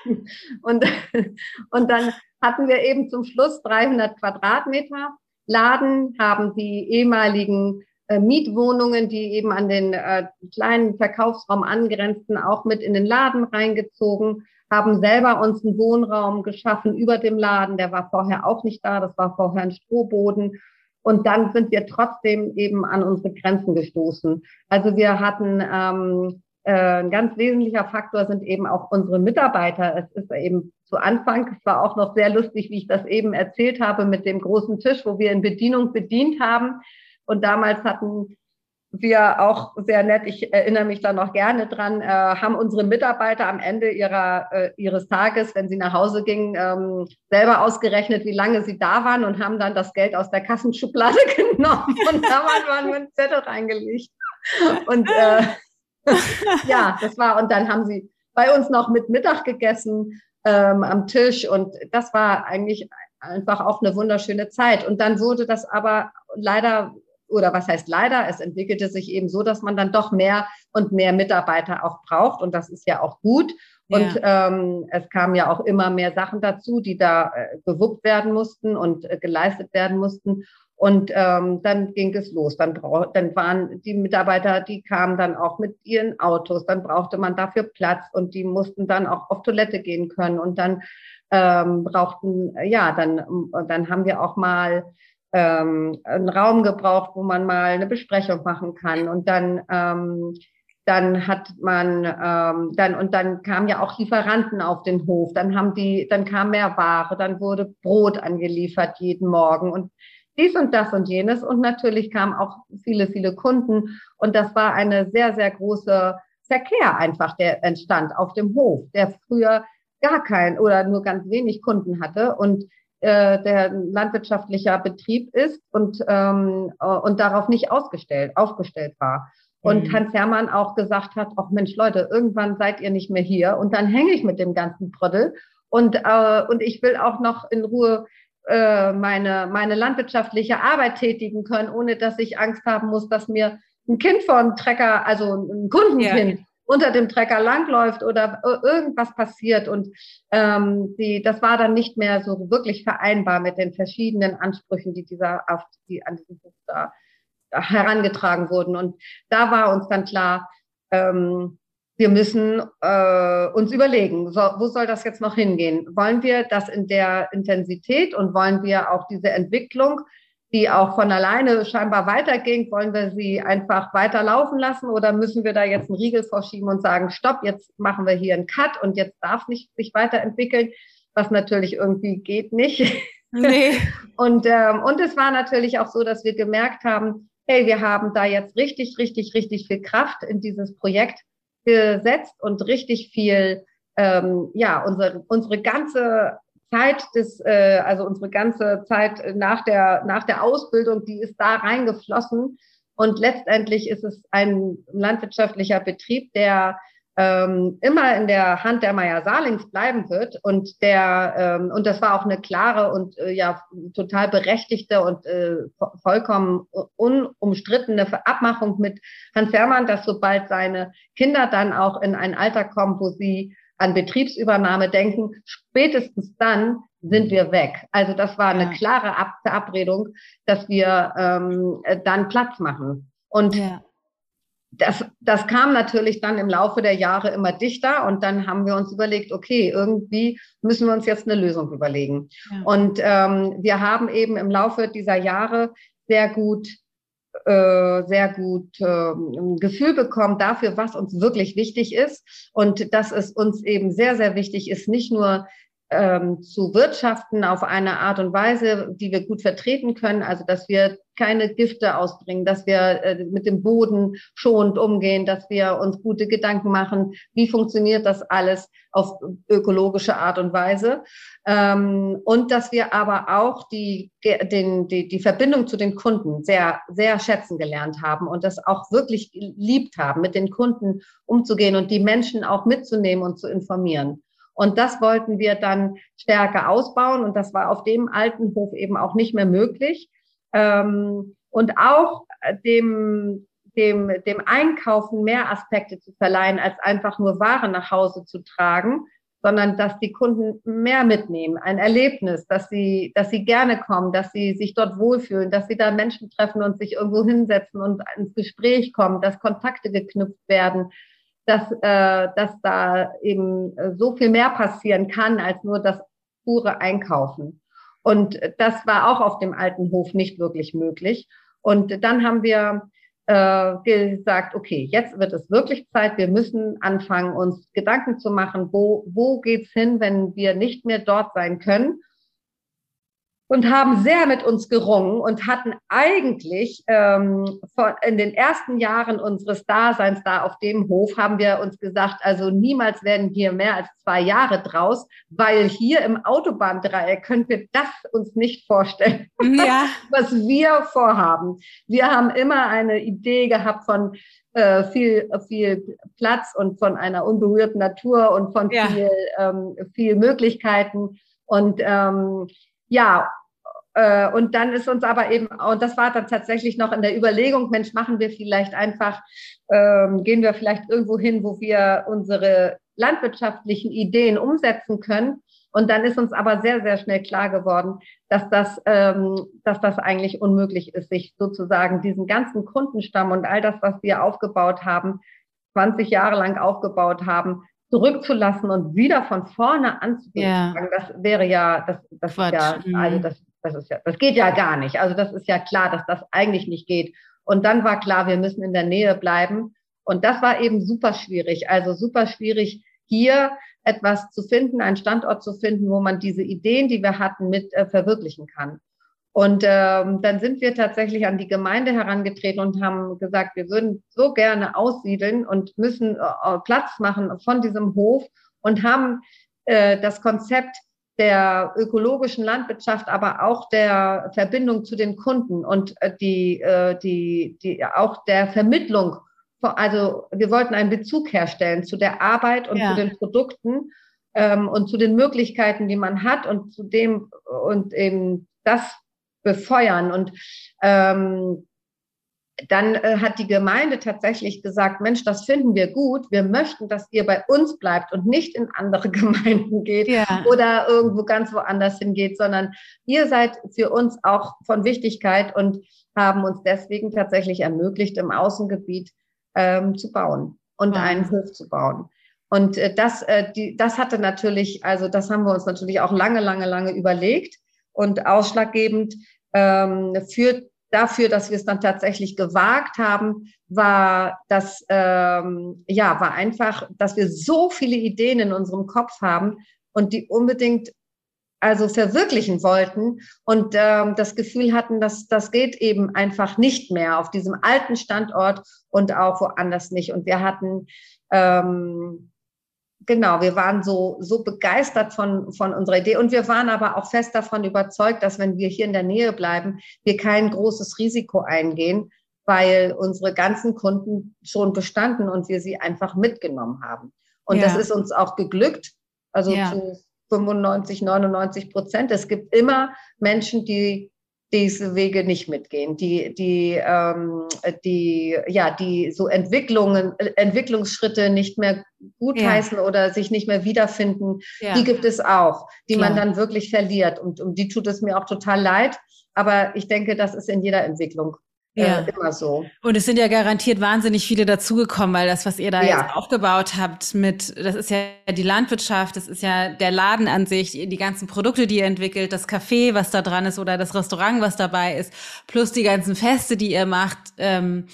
und, und dann hatten wir eben zum Schluss dreihundert Quadratmeter Laden, haben die ehemaligen äh, Mietwohnungen, die eben an den äh, kleinen Verkaufsraum angrenzten, auch mit in den Laden reingezogen, haben selber uns einen Wohnraum geschaffen über dem Laden, der war vorher auch nicht da, das war vorher ein Strohboden. Und dann sind wir trotzdem eben an unsere Grenzen gestoßen. Also wir hatten, ähm, äh, ein ganz wesentlicher Faktor sind eben auch unsere Mitarbeiter. Es ist eben zu Anfang, es war auch noch sehr lustig, wie ich das eben erzählt habe, mit dem großen Tisch, wo wir in Bedienung bedient haben. Und damals hatten wir auch sehr nett, ich erinnere mich da noch gerne dran, äh, haben unsere Mitarbeiter am Ende ihrer, äh, ihres Tages, wenn sie nach Hause gingen, ähm, selber ausgerechnet, wie lange sie da waren und haben dann das Geld aus der Kassenschublade genommen und da waren wir einen Zettel reingelegt. Und äh, ja, das war, und dann haben sie bei uns noch mit Mittag gegessen ähm, am Tisch und das war eigentlich einfach auch eine wunderschöne Zeit. Und dann wurde das aber leider, oder was heißt leider, es entwickelte sich eben so, dass man dann doch mehr und mehr Mitarbeiter auch braucht und das ist ja auch gut. Ja. Und ähm, es kamen ja auch immer mehr Sachen dazu, die da äh, gewuppt werden mussten und äh, geleistet werden mussten. Und ähm, dann ging es los. Dann, brauch, dann waren die Mitarbeiter, die kamen dann auch mit ihren Autos. Dann brauchte man dafür Platz und die mussten dann auch auf Toilette gehen können. Und dann ähm, brauchten, ja, dann, dann haben wir auch mal ähm, einen Raum gebraucht, wo man mal eine Besprechung machen kann. Und dann ähm, dann hat man ähm, dann und dann kamen ja auch Lieferanten auf den Hof. Dann haben die, dann kam mehr Ware, dann wurde Brot angeliefert jeden Morgen und dies und das und jenes. Und natürlich kamen auch viele, viele Kunden. Und das war eine sehr, sehr große Verkehr einfach, der entstand auf dem Hof, der früher gar kein oder nur ganz wenig Kunden hatte und äh, der landwirtschaftlicher Betrieb ist und ähm, und darauf nicht ausgestellt, aufgestellt war. Und Hans Hermann auch gesagt hat, ach Mensch, Leute, irgendwann seid ihr nicht mehr hier und dann hänge ich mit dem ganzen Proddel und, äh, und ich will auch noch in Ruhe äh, meine, meine landwirtschaftliche Arbeit tätigen können, ohne dass ich Angst haben muss, dass mir ein Kind von Trecker, also ein Kundenkind, ja, unter dem Trecker langläuft oder irgendwas passiert. Und ähm, die, das war dann nicht mehr so wirklich vereinbar mit den verschiedenen Ansprüchen, die dieser auf die an diesem Buch da herangetragen wurden. Und da war uns dann klar, ähm, wir müssen äh, uns überlegen, so, wo soll das jetzt noch hingehen? Wollen wir das in der Intensität und wollen wir auch diese Entwicklung, die auch von alleine scheinbar weiterging, wollen wir sie einfach weiterlaufen lassen oder müssen wir da jetzt einen Riegel vorschieben und sagen, stopp, jetzt machen wir hier einen Cut und jetzt darf nicht sich weiterentwickeln, was natürlich irgendwie geht nicht. Nee. und, ähm, und es war natürlich auch so, dass wir gemerkt haben, hey, wir haben da jetzt richtig, richtig, richtig viel Kraft in dieses Projekt gesetzt und richtig viel, ähm, ja, unsere, unsere ganze Zeit des, äh, also unsere ganze Zeit nach der, nach der Ausbildung, die ist da reingeflossen. Und letztendlich ist es ein landwirtschaftlicher Betrieb, der ähm, immer in der Hand der Meyer-Salings bleiben wird und der ähm, und das war auch eine klare und äh, ja total berechtigte und äh, vollkommen unumstrittene Abmachung mit Hans Hermann, dass sobald seine Kinder dann auch in ein Alter kommen, wo sie an Betriebsübernahme denken, spätestens dann sind wir weg. Also das war eine ja. klare Ab- Verabredung, dass wir ähm, dann Platz machen. Und ja. Das, das kam natürlich dann im Laufe der Jahre immer dichter und dann haben wir uns überlegt, okay, irgendwie müssen wir uns jetzt eine Lösung überlegen. Ja. Und ähm, wir haben eben im Laufe dieser Jahre sehr gut, äh, sehr gut äh, ein Gefühl bekommen dafür, was uns wirklich wichtig ist und dass es uns eben sehr, sehr wichtig ist, nicht nur ähm, zu wirtschaften auf eine Art und Weise, die wir gut vertreten können, also dass wir keine Gifte ausbringen, dass wir äh, mit dem Boden schonend umgehen, dass wir uns gute Gedanken machen, wie funktioniert das alles auf ökologische Art und Weise ähm, und dass wir aber auch die, den, die, die Verbindung zu den Kunden sehr, sehr schätzen gelernt haben und das auch wirklich geliebt haben, mit den Kunden umzugehen und die Menschen auch mitzunehmen und zu informieren. Und das wollten wir dann stärker ausbauen und das war auf dem alten Hof eben auch nicht mehr möglich. Ähm, und auch dem, dem, dem Einkaufen mehr Aspekte zu verleihen, als einfach nur Ware nach Hause zu tragen, sondern dass die Kunden mehr mitnehmen, ein Erlebnis, dass sie, dass sie gerne kommen, dass sie sich dort wohlfühlen, dass sie da Menschen treffen und sich irgendwo hinsetzen und ins Gespräch kommen, dass Kontakte geknüpft werden, dass, äh, dass da eben so viel mehr passieren kann, als nur das pure Einkaufen. Und das war auch auf dem alten Hof nicht wirklich möglich. Und dann haben wir äh, gesagt, okay, jetzt wird es wirklich Zeit, wir müssen anfangen, uns Gedanken zu machen, wo, wo geht's hin, wenn wir nicht mehr dort sein können. Und haben sehr mit uns gerungen und hatten eigentlich ähm, von, in den ersten Jahren unseres Daseins da auf dem Hof haben wir uns gesagt, also niemals werden hier mehr als zwei Jahre draus, weil hier im Autobahndreieck können wir das uns nicht vorstellen, ja. was wir vorhaben. Wir haben immer eine Idee gehabt von äh, viel, viel Platz und von einer unberührten Natur und von ja. viel, ähm, viel Möglichkeiten und ähm, ja, äh, und dann ist uns aber eben, und das war dann tatsächlich noch in der Überlegung, Mensch, machen wir vielleicht einfach, ähm, gehen wir vielleicht irgendwo hin, wo wir unsere landwirtschaftlichen Ideen umsetzen können. Und dann ist uns aber sehr, sehr schnell klar geworden, dass das, ähm, dass das eigentlich unmöglich ist, sich sozusagen diesen ganzen Kundenstamm und all das, was wir aufgebaut haben, zwanzig Jahre lang aufgebaut haben, zurückzulassen und wieder von vorne anzufangen. Ja. Das wäre ja, das, das ist ja, also das, das ist ja, das geht ja gar nicht. Also das ist ja klar, dass das eigentlich nicht geht. Und dann war klar, wir müssen in der Nähe bleiben. Und das war eben super schwierig. Also super schwierig, hier etwas zu finden, einen Standort zu finden, wo man diese Ideen, die wir hatten, mit äh, verwirklichen kann. Und ähm, dann sind wir tatsächlich an die Gemeinde herangetreten und haben gesagt, wir würden so gerne aussiedeln und müssen äh, Platz machen von diesem Hof und haben äh, das Konzept der ökologischen Landwirtschaft, aber auch der Verbindung zu den Kunden und äh, die, äh, die, die auch der Vermittlung. Also wir wollten einen Bezug herstellen zu der Arbeit und ja. zu den Produkten ähm, und zu den Möglichkeiten, die man hat und zu dem und eben das befeuern. Und ähm, dann äh, hat die Gemeinde tatsächlich gesagt, Mensch, das finden wir gut. Wir möchten, dass ihr bei uns bleibt und nicht in andere Gemeinden geht ja. oder irgendwo ganz woanders hingeht, sondern ihr seid für uns auch von Wichtigkeit und haben uns deswegen tatsächlich ermöglicht, im Außengebiet ähm, zu bauen und wow. einen Hof zu bauen. Und äh, das, äh, die, das hatte natürlich, also das haben wir uns natürlich auch lange, lange, lange überlegt und ausschlaggebend ähm, für dafür, dass wir es dann tatsächlich gewagt haben, war das, ähm, ja, war einfach, dass wir so viele Ideen in unserem Kopf haben und die unbedingt also verwirklichen wollten und ähm, das Gefühl hatten, dass das geht eben einfach nicht mehr auf diesem alten Standort und auch woanders nicht. Und wir hatten, ähm, genau, wir waren so so begeistert von von unserer Idee und wir waren aber auch fest davon überzeugt, dass wenn wir hier in der Nähe bleiben, wir kein großes Risiko eingehen, weil unsere ganzen Kunden schon bestanden und wir sie einfach mitgenommen haben. Und ja. das ist uns auch geglückt, also ja. zu fünfundneunzig, neunundneunzig Prozent. Es gibt immer Menschen, die diese Wege nicht mitgehen, die, die, ähm, die, ja, die so Entwicklungen, Entwicklungsschritte nicht mehr gutheißen ja. oder sich nicht mehr wiederfinden. Ja. Die gibt es auch, die Klar. man dann wirklich verliert. Und um die tut es mir auch total leid. Aber ich denke, das ist in jeder Entwicklung ja. äh, immer so. Und es sind ja garantiert wahnsinnig viele dazugekommen, weil das, was ihr da ja. jetzt aufgebaut habt mit, das ist ja die Landwirtschaft, das ist ja der Laden an sich, die ganzen Produkte, die ihr entwickelt, das Café, was da dran ist oder das Restaurant, was dabei ist, plus die ganzen Feste, die ihr macht, ähm,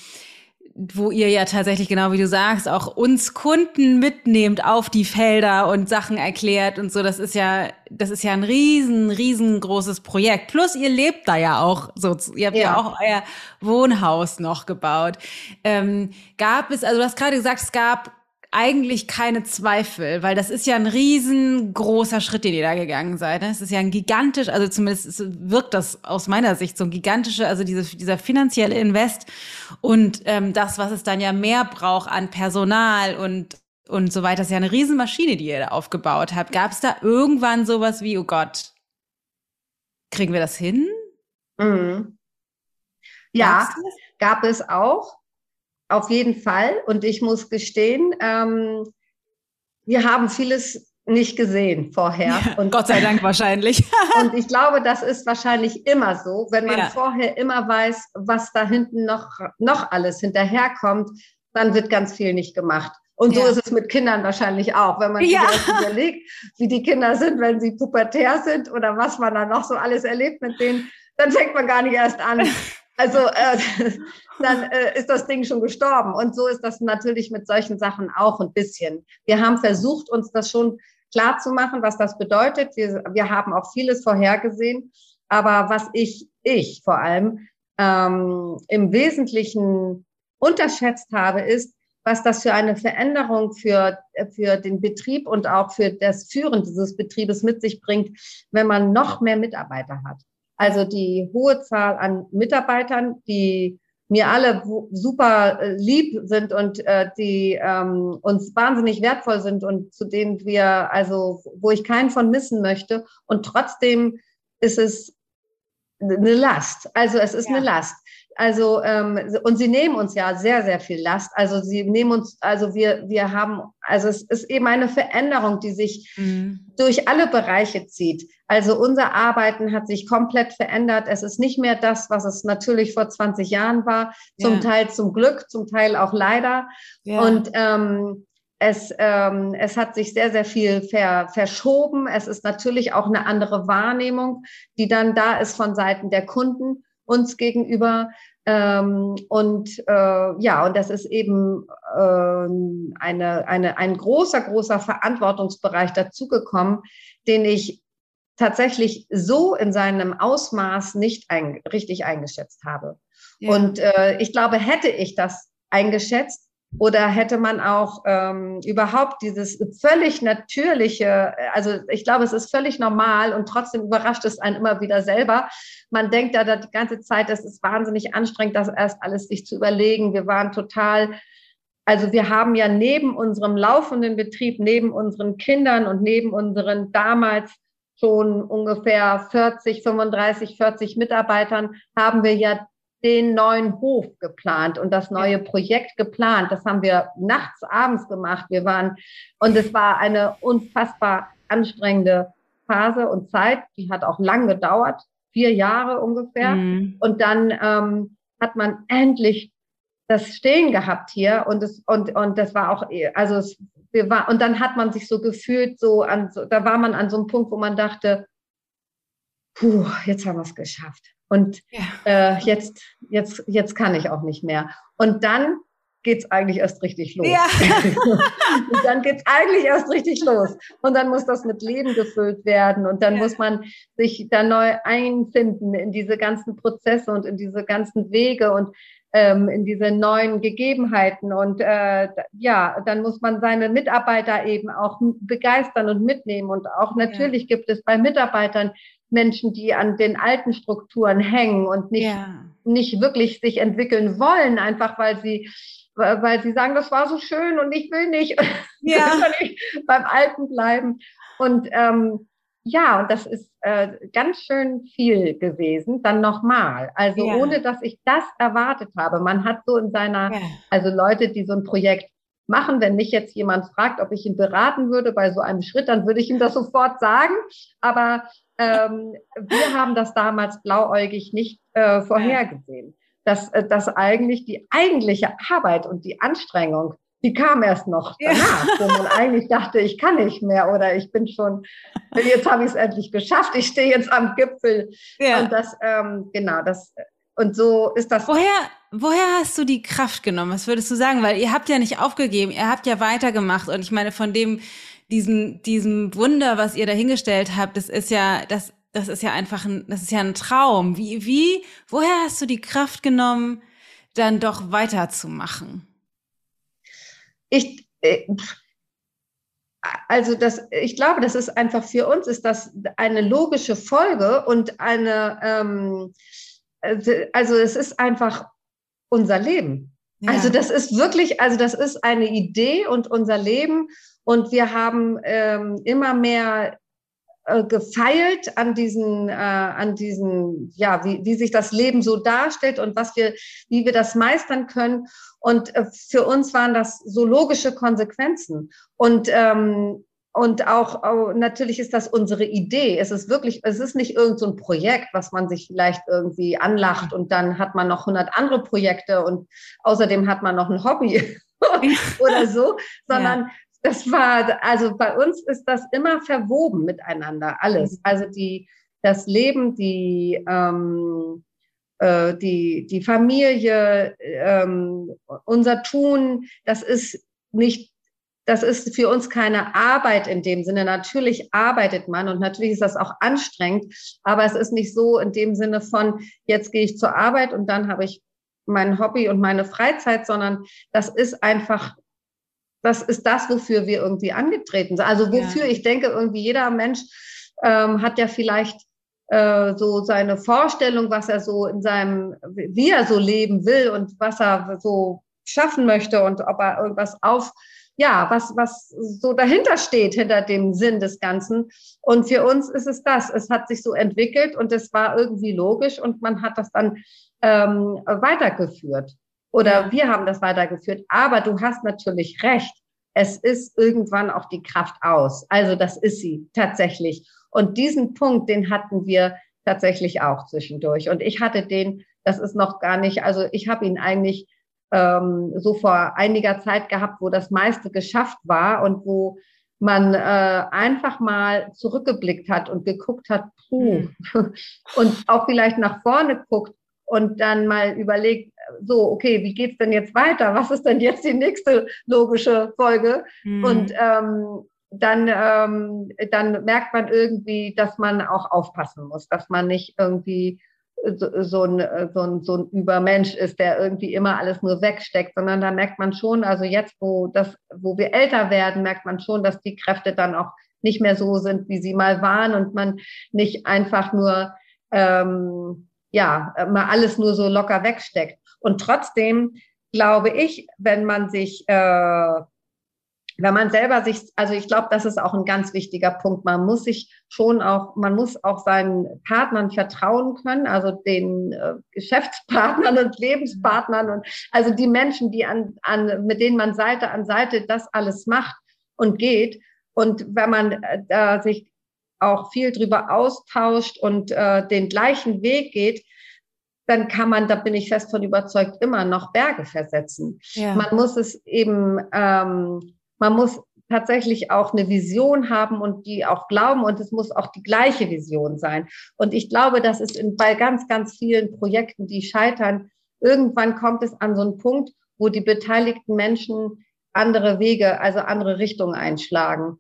wo ihr ja tatsächlich, genau wie du sagst, auch uns Kunden mitnehmt auf die Felder und Sachen erklärt und so. Das ist ja, das ist ja ein riesen, riesengroßes Projekt. Plus ihr lebt da ja auch so. Ihr habt ja, ja auch euer Wohnhaus noch gebaut. Ähm, gab es, also du hast gerade gesagt, es gab eigentlich keine Zweifel, weil das ist ja ein riesengroßer Schritt, den ihr da gegangen seid. Es ist ja ein gigantisch, also zumindest wirkt das aus meiner Sicht so ein gigantischer, also diese, dieser finanzielle Invest und ähm, das, was es dann ja mehr braucht an Personal und und so weiter, das ist ja eine Riesenmaschine, die ihr da aufgebaut habt. Gab es da irgendwann sowas wie, oh Gott, kriegen wir das hin? Mhm. Ja, gab es auch. Auf jeden Fall. Und ich muss gestehen, ähm, wir haben vieles nicht gesehen vorher. Ja, und, Gott sei Dank wahrscheinlich. Und ich glaube, das ist wahrscheinlich immer so, wenn man ja. vorher immer weiß, was da hinten noch, noch alles hinterherkommt, dann wird ganz viel nicht gemacht. Und so ja. ist es mit Kindern wahrscheinlich auch, wenn man sich ja. überlegt, wie die Kinder sind, wenn sie pubertär sind oder was man dann noch so alles erlebt mit denen, dann fängt man gar nicht erst an. Also äh, dann äh, ist das Ding schon gestorben. Und so ist das natürlich mit solchen Sachen auch ein bisschen. Wir haben versucht, uns das schon klar zu machen, was das bedeutet. Wir, wir haben auch vieles vorhergesehen. Aber was ich, ich vor allem ähm, im Wesentlichen unterschätzt habe, ist, was das für eine Veränderung für, für den Betrieb und auch für das Führen dieses Betriebes mit sich bringt, wenn man noch mehr Mitarbeiter hat. Also die hohe Zahl an Mitarbeitern, die mir alle super lieb sind und äh, die ähm, uns wahnsinnig wertvoll sind und zu denen wir, also wo ich keinen von missen möchte. Und trotzdem ist es eine Last. Also es ist ja. eine Last. Also, ähm, und sie nehmen uns ja sehr, sehr viel Last. Also sie nehmen uns, also wir, wir haben, also es ist eben eine Veränderung, die sich mhm. durch alle Bereiche zieht. Also unser Arbeiten hat sich komplett verändert. Es ist nicht mehr das, was es natürlich vor zwanzig Jahren war. Zum ja. Teil zum Glück, zum Teil auch leider. Ja. Und ähm, es, ähm, es hat sich sehr, sehr viel ver, verschoben. Es ist natürlich auch eine andere Wahrnehmung, die dann da ist von Seiten der Kunden uns gegenüber. Ähm, und äh, ja, und das ist eben äh, eine, eine, ein großer, großer Verantwortungsbereich dazugekommen, den ich tatsächlich so in seinem Ausmaß nicht ein, richtig eingeschätzt habe. Ja. Und äh, ich glaube, hätte ich das eingeschätzt, oder hätte man auch ähm, überhaupt dieses völlig natürliche, also ich glaube, es ist völlig normal und trotzdem überrascht es einen immer wieder selber. Man denkt da die ganze Zeit, das ist wahnsinnig anstrengend, das erst alles sich zu überlegen. Wir waren total, also wir haben ja neben unserem laufenden Betrieb, neben unseren Kindern und neben unseren damals schon ungefähr vierzig, fünfunddreißig, vierzig Mitarbeitern, haben wir ja den neuen Hof geplant und das neue Projekt geplant. Das haben wir nachts, abends gemacht. Wir waren, und es war eine unfassbar anstrengende Phase und Zeit. Die hat auch lang gedauert, vier Jahre ungefähr. Mhm. Und dann ähm, hat man endlich das stehen gehabt hier und es, und, und das war auch, also es, wir war, und dann hat man sich so gefühlt, so an, so, da war man an so einem Punkt, wo man dachte, puh, jetzt haben wir es geschafft. Und ja. äh, jetzt, jetzt, jetzt kann ich auch nicht mehr. Und dann geht's eigentlich erst richtig los. Ja. Und dann geht's eigentlich erst richtig los. Und dann muss das mit Leben gefüllt werden. Und dann ja. muss man sich da neu einfinden in diese ganzen Prozesse und in diese ganzen Wege und ähm, in diese neuen Gegebenheiten. Und äh, ja, dann muss man seine Mitarbeiter eben auch begeistern und mitnehmen. Und auch natürlich ja. gibt es bei Mitarbeitern Menschen, die an den alten Strukturen hängen und nicht, ja. nicht wirklich sich entwickeln wollen, einfach weil sie, weil sie sagen, das war so schön und ich will nicht, ja. ich beim Alten bleiben. Und ähm, ja, und das ist äh, ganz schön viel gewesen, dann nochmal. Also ja. ohne, dass ich das erwartet habe. Man hat so in seiner, ja. also Leute, die so ein Projekt machen, wenn mich jetzt jemand fragt, ob ich ihn beraten würde bei so einem Schritt, dann würde ich ihm das sofort sagen. Aber ähm, wir haben das damals blauäugig nicht äh, vorhergesehen. Dass, äh, dass eigentlich die eigentliche Arbeit und die Anstrengung, die kam erst noch danach, ja. wo man eigentlich dachte, ich kann nicht mehr oder ich bin schon, jetzt habe ich es endlich geschafft, ich stehe jetzt am Gipfel. Ja. Und das, ähm, genau, das, und so ist das. Woher, woher hast du die Kraft genommen? Was würdest du sagen? Weil ihr habt ja nicht aufgegeben, ihr habt ja weitergemacht und ich meine, von dem, diesen, diesem Wunder, was ihr dahingestellt habt, das ist ja, das, das ist ja einfach ein, das ist ja ein Traum. Wie, wie, woher hast du die Kraft genommen, dann doch weiterzumachen? Ich, äh, also das, ich glaube, das ist einfach für uns ist das eine logische Folge und eine, ähm, also es ist einfach unser Leben. Ja. Also das ist wirklich, also das ist eine Idee und unser Leben und wir haben ähm, immer mehr äh, gefeilt an diesen, äh, an diesen, ja, wie, wie sich das Leben so darstellt und was wir, wie wir das meistern können. Und äh, für uns waren das so logische Konsequenzen. Und ähm, und auch, auch natürlich ist das unsere Idee. Es ist wirklich, es ist nicht irgend so ein Projekt, was man sich vielleicht irgendwie anlacht und dann hat man noch hundert andere Projekte und außerdem hat man noch ein Hobby oder so, sondern ja. das war, also bei uns ist das immer verwoben miteinander, alles. Also die, das Leben, die, ähm, äh, die, die Familie, ähm, unser Tun, das ist nicht Das ist für uns keine Arbeit in dem Sinne. Natürlich arbeitet man und natürlich ist das auch anstrengend, aber es ist nicht so in dem Sinne von, jetzt gehe ich zur Arbeit und dann habe ich mein Hobby und meine Freizeit, sondern das ist einfach, das ist das, wofür wir irgendwie angetreten sind. Also wofür, ja. ich denke, irgendwie jeder Mensch ähm, hat ja vielleicht äh, so seine Vorstellung, was er so in seinem, wie er so leben will und was er so schaffen möchte und ob er irgendwas auf ja, was, was so dahinter steht, hinter dem Sinn des Ganzen. Und für uns ist es das. Es hat sich so entwickelt und es war irgendwie logisch und man hat das dann ähm, weitergeführt. Oder Ja. wir haben das weitergeführt. Aber du hast natürlich recht. Es ist irgendwann auch die Kraft aus. Also das ist sie tatsächlich. Und diesen Punkt, den hatten wir tatsächlich auch zwischendurch. Und ich hatte den, das ist noch gar nicht, also ich habe ihn eigentlich ähm, so vor einiger Zeit gehabt, wo das meiste geschafft war und wo man äh, einfach mal zurückgeblickt hat und geguckt hat, puh, mhm. und auch vielleicht nach vorne guckt und dann mal überlegt, so, okay, wie geht's denn jetzt weiter? Was ist denn jetzt die nächste logische Folge? Mhm. Und ähm, dann, ähm, dann merkt man irgendwie, dass man auch aufpassen muss, dass man nicht irgendwie so, so, ein, so, ein, so ein Übermensch ist, der irgendwie immer alles nur wegsteckt, sondern da merkt man schon, also jetzt, wo, das, wo wir älter werden, merkt man schon, dass die Kräfte dann auch nicht mehr so sind, wie sie mal waren und man nicht einfach nur ähm, ja, mal alles nur so locker wegsteckt. Und trotzdem glaube ich, wenn man sich, äh, wenn man selber sich, also ich glaube, das ist auch ein ganz wichtiger Punkt. Man muss sich schon auch, man muss auch seinen Partnern vertrauen können, also den äh, Geschäftspartnern und Lebenspartnern und also die Menschen, die an, an, mit denen man Seite an Seite das alles macht und geht. Und wenn man äh, sich auch viel drüber austauscht und äh, den gleichen Weg geht, dann kann man, da bin ich fest von überzeugt, immer noch Berge versetzen. Ja. Man muss es eben, ähm, man muss tatsächlich auch eine Vision haben und die auch glauben und es muss auch die gleiche Vision sein. Und ich glaube, das ist in, bei ganz, ganz vielen Projekten, die scheitern, irgendwann kommt es an so einen Punkt, wo die beteiligten Menschen andere Wege, also andere Richtungen einschlagen,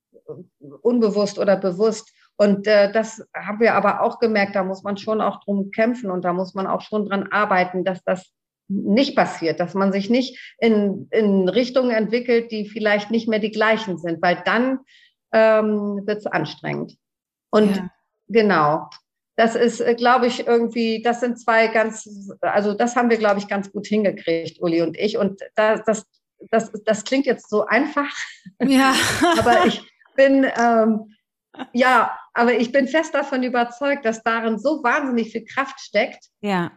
unbewusst oder bewusst. Und äh, das haben wir aber auch gemerkt, da muss man schon auch drum kämpfen und da muss man auch schon dran arbeiten, dass das nicht passiert, dass man sich nicht in, in Richtungen entwickelt, die vielleicht nicht mehr die gleichen sind, weil dann ähm, wird es anstrengend. Und ja. Genau, das ist, äh, glaube ich, irgendwie, das sind zwei ganz, also das haben wir, glaube ich, ganz gut hingekriegt, Uli und ich. Und das, das, das, das klingt jetzt so einfach, ja. aber ich bin, ähm, ja, aber ich bin fest davon überzeugt, dass darin so wahnsinnig viel Kraft steckt. Ja.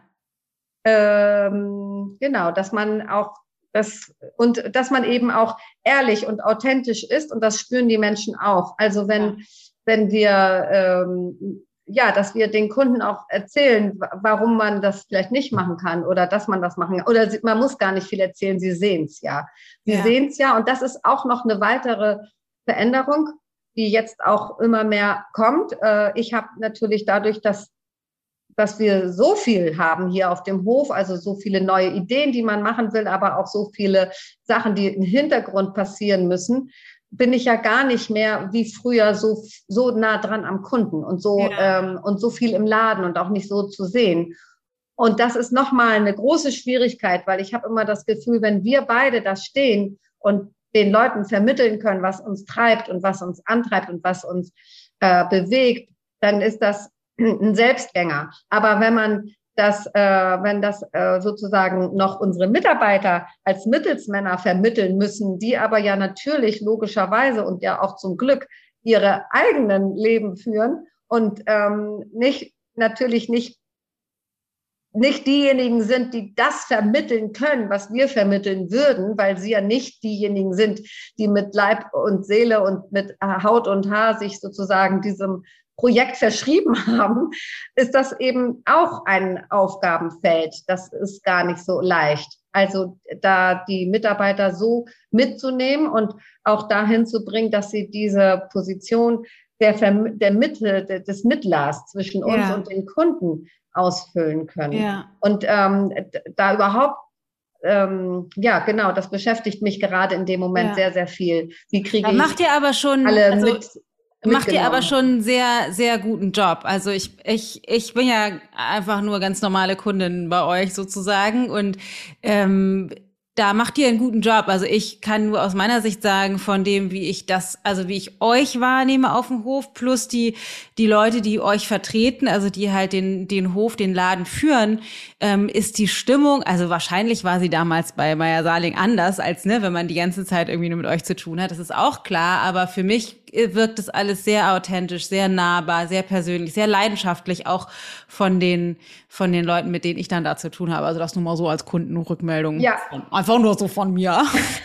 Ähm, genau, dass man auch das und dass man eben auch ehrlich und authentisch ist und das spüren die Menschen auch. Also wenn, ja. wenn wir, ähm, ja, dass wir den Kunden auch erzählen, warum man das vielleicht nicht machen kann oder dass man das machen kann. Oder man muss gar nicht viel erzählen, sie sehen es ja. Sie ja. sehen es ja und das ist auch noch eine weitere Veränderung, die jetzt auch immer mehr kommt. Ich habe natürlich dadurch, dass, dass wir so viel haben hier auf dem Hof, also so viele neue Ideen, die man machen will, aber auch so viele Sachen, die im Hintergrund passieren müssen, bin ich ja gar nicht mehr wie früher so, so nah dran am Kunden und so, ja. ähm, und so viel im Laden und auch nicht so zu sehen. Und das ist nochmal eine große Schwierigkeit, weil ich habe immer das Gefühl, wenn wir beide da stehen und den Leuten vermitteln können, was uns treibt und was uns antreibt und was uns äh, bewegt, dann ist das ein Selbstgänger. Aber wenn man das, äh, wenn das äh, sozusagen noch unsere Mitarbeiter als Mittelsmänner vermitteln müssen, die aber ja natürlich logischerweise und ja auch zum Glück ihre eigenen Leben führen und ähm, nicht natürlich nicht nicht diejenigen sind, die das vermitteln können, was wir vermitteln würden, weil sie ja nicht diejenigen sind, die mit Leib und Seele und mit Haut und Haar sich sozusagen diesem Projekt verschrieben haben, ist das eben auch ein Aufgabenfeld. Das ist gar nicht so leicht. Also da die Mitarbeiter so mitzunehmen und auch dahin zu bringen, dass sie diese Position der, Verm- der Mitte, des Mittlers zwischen uns ja. und den Kunden ausfüllen können. Ja. Und ähm, da überhaupt, ähm, ja genau, das beschäftigt mich gerade in dem Moment ja. sehr, sehr viel. Wie kriege da ich macht ihr aber schon, alle also, mit macht ihr aber schon einen sehr, sehr guten Job. Also ich, ich, ich bin ja einfach nur ganz normale Kundin bei euch sozusagen und ähm, da macht ihr einen guten Job. Also ich kann nur aus meiner Sicht sagen, von dem, wie ich das, also wie ich euch wahrnehme auf dem Hof, plus die die Leute, die euch vertreten, also die halt den den Hof, den Laden führen, ähm, ist die Stimmung, also wahrscheinlich war sie damals bei Meyer Saling anders, als ne, wenn man die ganze Zeit irgendwie nur mit euch zu tun hat. Das ist auch klar, aber für mich wirkt es alles sehr authentisch, sehr nahbar, sehr persönlich, sehr leidenschaftlich, auch von den, von den Leuten, mit denen ich dann da zu tun habe. Also das nur mal so als Kundenrückmeldung. Ja. Von, einfach nur so von mir.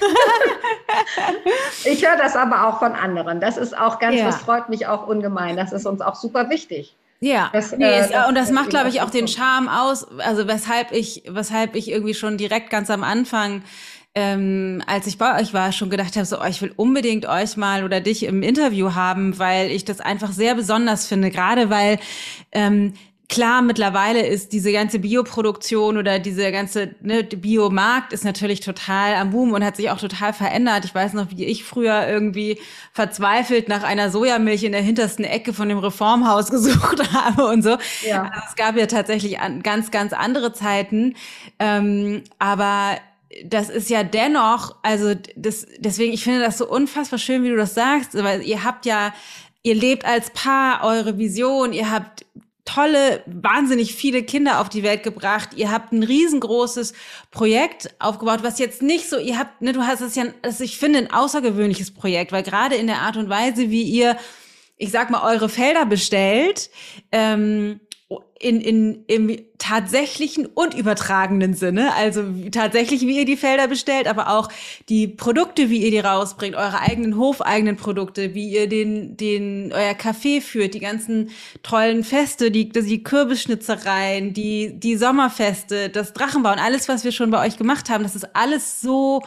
Ich höre das aber auch von anderen. Das ist auch ganz, Ja. das freut mich auch ungemein. Das ist uns auch super wichtig. Ja, Das, nee, äh, es, das, und das macht, glaube ich, das auch den Charme aus, also weshalb ich, weshalb ich irgendwie schon direkt ganz am Anfang, ähm, als ich bei euch war, schon gedacht habe, so, oh, ich will unbedingt euch mal oder dich im Interview haben, weil ich das einfach sehr besonders finde, gerade weil ähm, klar, mittlerweile ist diese ganze Bioproduktion oder diese ganze ne, Biomarkt ist natürlich total am Boom und hat sich auch total verändert. Ich weiß noch, wie ich früher irgendwie verzweifelt nach einer Sojamilch in der hintersten Ecke von dem Reformhaus gesucht habe und so. Ja. Also es gab ja tatsächlich an, ganz, ganz andere Zeiten. Ähm, aber das ist ja dennoch, also das, deswegen, ich finde das so unfassbar schön, wie du das sagst, weil ihr habt ja, ihr lebt als Paar eure Vision, ihr habt tolle, wahnsinnig viele Kinder auf die Welt gebracht. Ihr habt ein riesengroßes Projekt aufgebaut, was jetzt nicht so, ihr habt, ne, du hast es ja, also ich finde, ein außergewöhnliches Projekt, weil gerade in der Art und Weise, wie ihr, ich sag mal, eure Felder bestellt, ähm, in, in, im tatsächlichen und übertragenen Sinne, also tatsächlich, wie ihr die Felder bestellt, aber auch die Produkte, wie ihr die rausbringt, eure eigenen hofeigenen Produkte, wie ihr den, den, euer Café führt, die ganzen tollen Feste, die, die Kürbisschnitzereien, die, die Sommerfeste, das Drachenbauen, alles, was wir schon bei euch gemacht haben, das ist alles so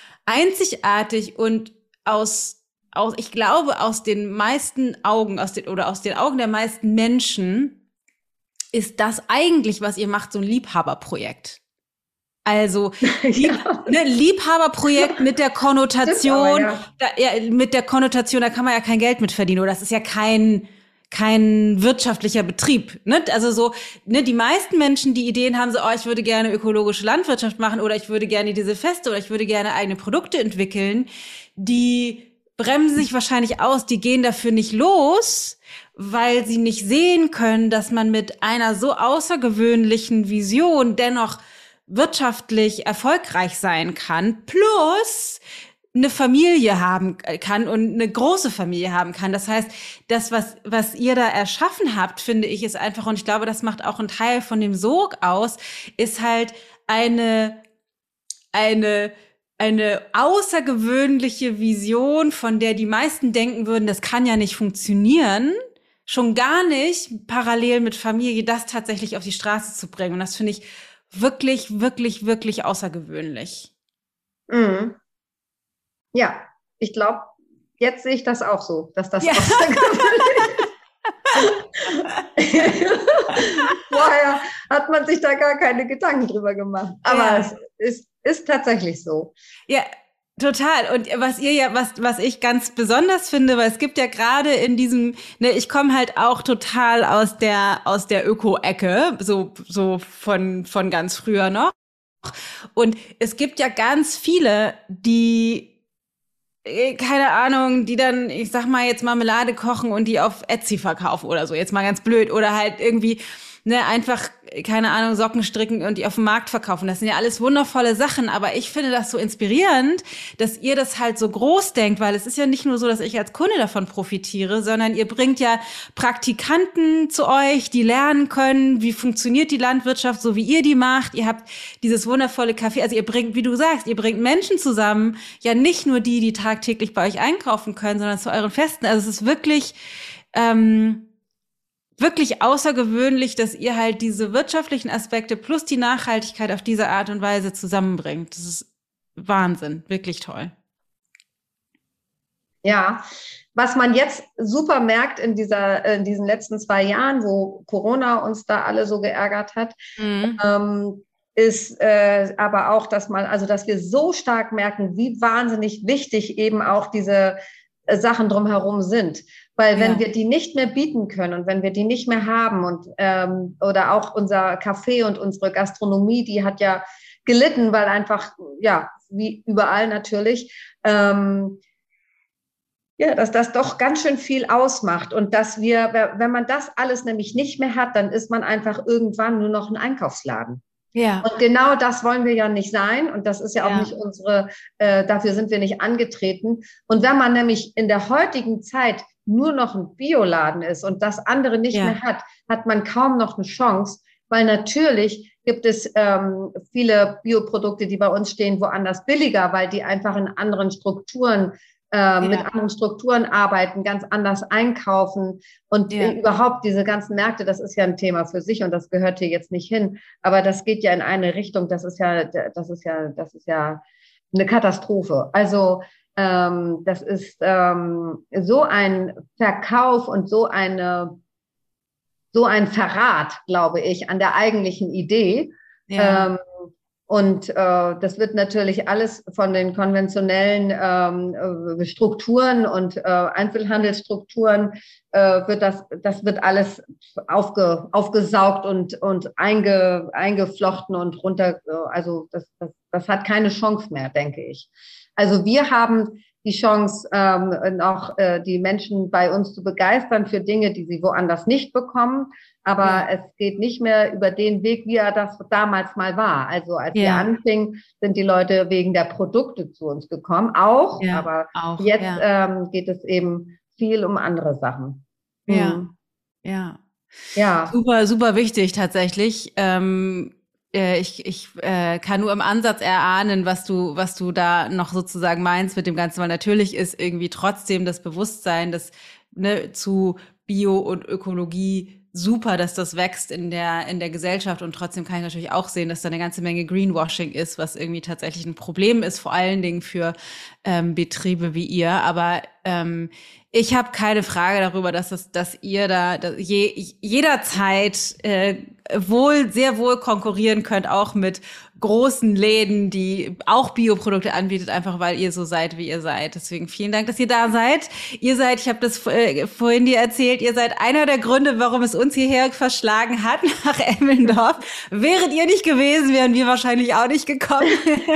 einzigartig und aus, aus, ich glaube, aus den meisten Augen, aus den, oder aus den Augen der meisten Menschen, ist das eigentlich, was ihr macht, so ein Liebhaberprojekt. Also Lieb, ja. ne, Liebhaberprojekt mit der Konnotation, aber, ja. da, ja, mit der Konnotation, da kann man ja kein Geld mit verdienen, oder das ist ja kein kein wirtschaftlicher Betrieb, ne? Also so, ne, die meisten Menschen, die Ideen haben, so, oh, ich würde gerne ökologische Landwirtschaft machen oder ich würde gerne diese Feste oder ich würde gerne eigene Produkte entwickeln, die bremsen sich wahrscheinlich aus, die gehen dafür nicht los, weil sie nicht sehen können, dass man mit einer so außergewöhnlichen Vision dennoch wirtschaftlich erfolgreich sein kann, plus eine Familie haben kann und eine große Familie haben kann. Das heißt, das, was, was ihr da erschaffen habt, finde ich, ist einfach, und ich glaube, das macht auch einen Teil von dem Sog aus, ist halt eine, eine, eine außergewöhnliche Vision, von der die meisten denken würden, das kann ja nicht funktionieren, schon gar nicht parallel mit Familie das tatsächlich auf die Straße zu bringen. Und das finde ich wirklich, wirklich, wirklich außergewöhnlich. Mhm. Ja, ich glaube, jetzt sehe ich das auch so, dass das ja. außergewöhnlich ist. Vorher hat man sich da gar keine Gedanken drüber gemacht. Aber ja. es ist, ist tatsächlich so. Ja, total. Und was ihr ja, was, was ich ganz besonders finde, weil es gibt ja gerade in diesem, ne, ich komme halt auch total aus der, aus der Öko-Ecke, so, so von, von ganz früher noch. Und es gibt ja ganz viele, die, keine Ahnung, die dann, ich sag mal, jetzt Marmelade kochen und die auf Etsy verkaufen oder so, jetzt mal ganz blöd. Oder halt irgendwie, ne, einfach, keine Ahnung, Socken stricken und die auf dem Markt verkaufen. Das sind ja alles wundervolle Sachen, aber ich finde das so inspirierend, dass ihr das halt so groß denkt, weil es ist ja nicht nur so, dass ich als Kunde davon profitiere, sondern ihr bringt ja Praktikanten zu euch, die lernen können, wie funktioniert die Landwirtschaft, so wie ihr die macht. Ihr habt dieses wundervolle Café, also ihr bringt, wie du sagst, ihr bringt Menschen zusammen, ja nicht nur die, die tagtäglich bei euch einkaufen können, sondern zu euren Festen. Also es ist wirklich, ähm, wirklich außergewöhnlich, dass ihr halt diese wirtschaftlichen Aspekte plus die Nachhaltigkeit auf diese Art und Weise zusammenbringt. Das ist Wahnsinn, wirklich toll. Ja, was man jetzt super merkt in dieser, in diesen letzten zwei Jahren, wo Corona uns da alle so geärgert hat, mhm. ähm, ist äh, aber auch, dass man, also dass wir so stark merken, wie wahnsinnig wichtig eben auch diese äh, Sachen drumherum sind. Weil wenn ja. wir die nicht mehr bieten können und wenn wir die nicht mehr haben und ähm, oder auch unser Café und unsere Gastronomie, die hat ja gelitten, weil einfach, ja, wie überall natürlich, ähm, ja, dass das doch ganz schön viel ausmacht und dass wir, wenn man das alles nämlich nicht mehr hat, dann ist man einfach irgendwann nur noch ein Einkaufsladen. Ja. Und genau das wollen wir ja nicht sein. Und das ist ja auch Ja. nicht unsere, äh, dafür sind wir nicht angetreten. Und wenn man nämlich in der heutigen Zeit nur noch ein Bioladen ist und das andere nicht Ja. mehr hat, hat man kaum noch eine Chance, weil natürlich gibt es ähm, viele Bioprodukte, die bei uns stehen, woanders billiger, weil die einfach in anderen Strukturen äh, Ja. mit anderen Strukturen arbeiten, ganz anders einkaufen und Ja. äh, überhaupt diese ganzen Märkte, das ist ja ein Thema für sich und das gehört hier jetzt nicht hin, aber das geht ja in eine Richtung, das ist ja, das ist ja, das ist ja eine Katastrophe. Also ähm, das ist ähm, so ein Verkauf und so eine so ein Verrat, glaube ich, an der eigentlichen Idee. Ja. Ähm, und äh, das wird natürlich alles von den konventionellen ähm, Strukturen und äh, Einzelhandelsstrukturen äh, wird das, das wird alles aufge, aufgesaugt und, und einge, eingeflochten und runter. Also das, das, das hat keine Chance mehr, denke ich. Also wir haben die Chance, ähm, noch äh, die Menschen bei uns zu begeistern für Dinge, die sie woanders nicht bekommen. Aber ja. es geht nicht mehr über den Weg, wie er das damals mal war. Also als ja. wir anfingen, sind die Leute wegen der Produkte zu uns gekommen. Auch, ja, aber auch, jetzt ja. ähm, geht es eben viel um andere Sachen. Ja, mhm. ja. Ja. Super, super wichtig tatsächlich. Ähm, Ich, ich äh, kann nur im Ansatz erahnen, was du, was du da noch sozusagen meinst mit dem Ganzen, weil natürlich ist irgendwie trotzdem das Bewusstsein, das ne, zu Bio und Ökologie super, dass das wächst in der in der Gesellschaft und trotzdem kann ich natürlich auch sehen, dass da eine ganze Menge Greenwashing ist, was irgendwie tatsächlich ein Problem ist, vor allen Dingen für ähm, Betriebe wie ihr. Aber ähm, ich habe keine Frage darüber, dass es, dass ihr da dass je, jederzeit äh, wohl sehr wohl konkurrieren könnt, auch mit großen Läden, die auch Bioprodukte anbietet, einfach weil ihr so seid, wie ihr seid. Deswegen vielen Dank, dass ihr da seid. Ihr seid, ich habe das äh, vorhin dir erzählt, ihr seid einer der Gründe, warum es uns hierher verschlagen hat nach Emmendorf. Wäret ihr nicht gewesen, wären wir wahrscheinlich auch nicht gekommen.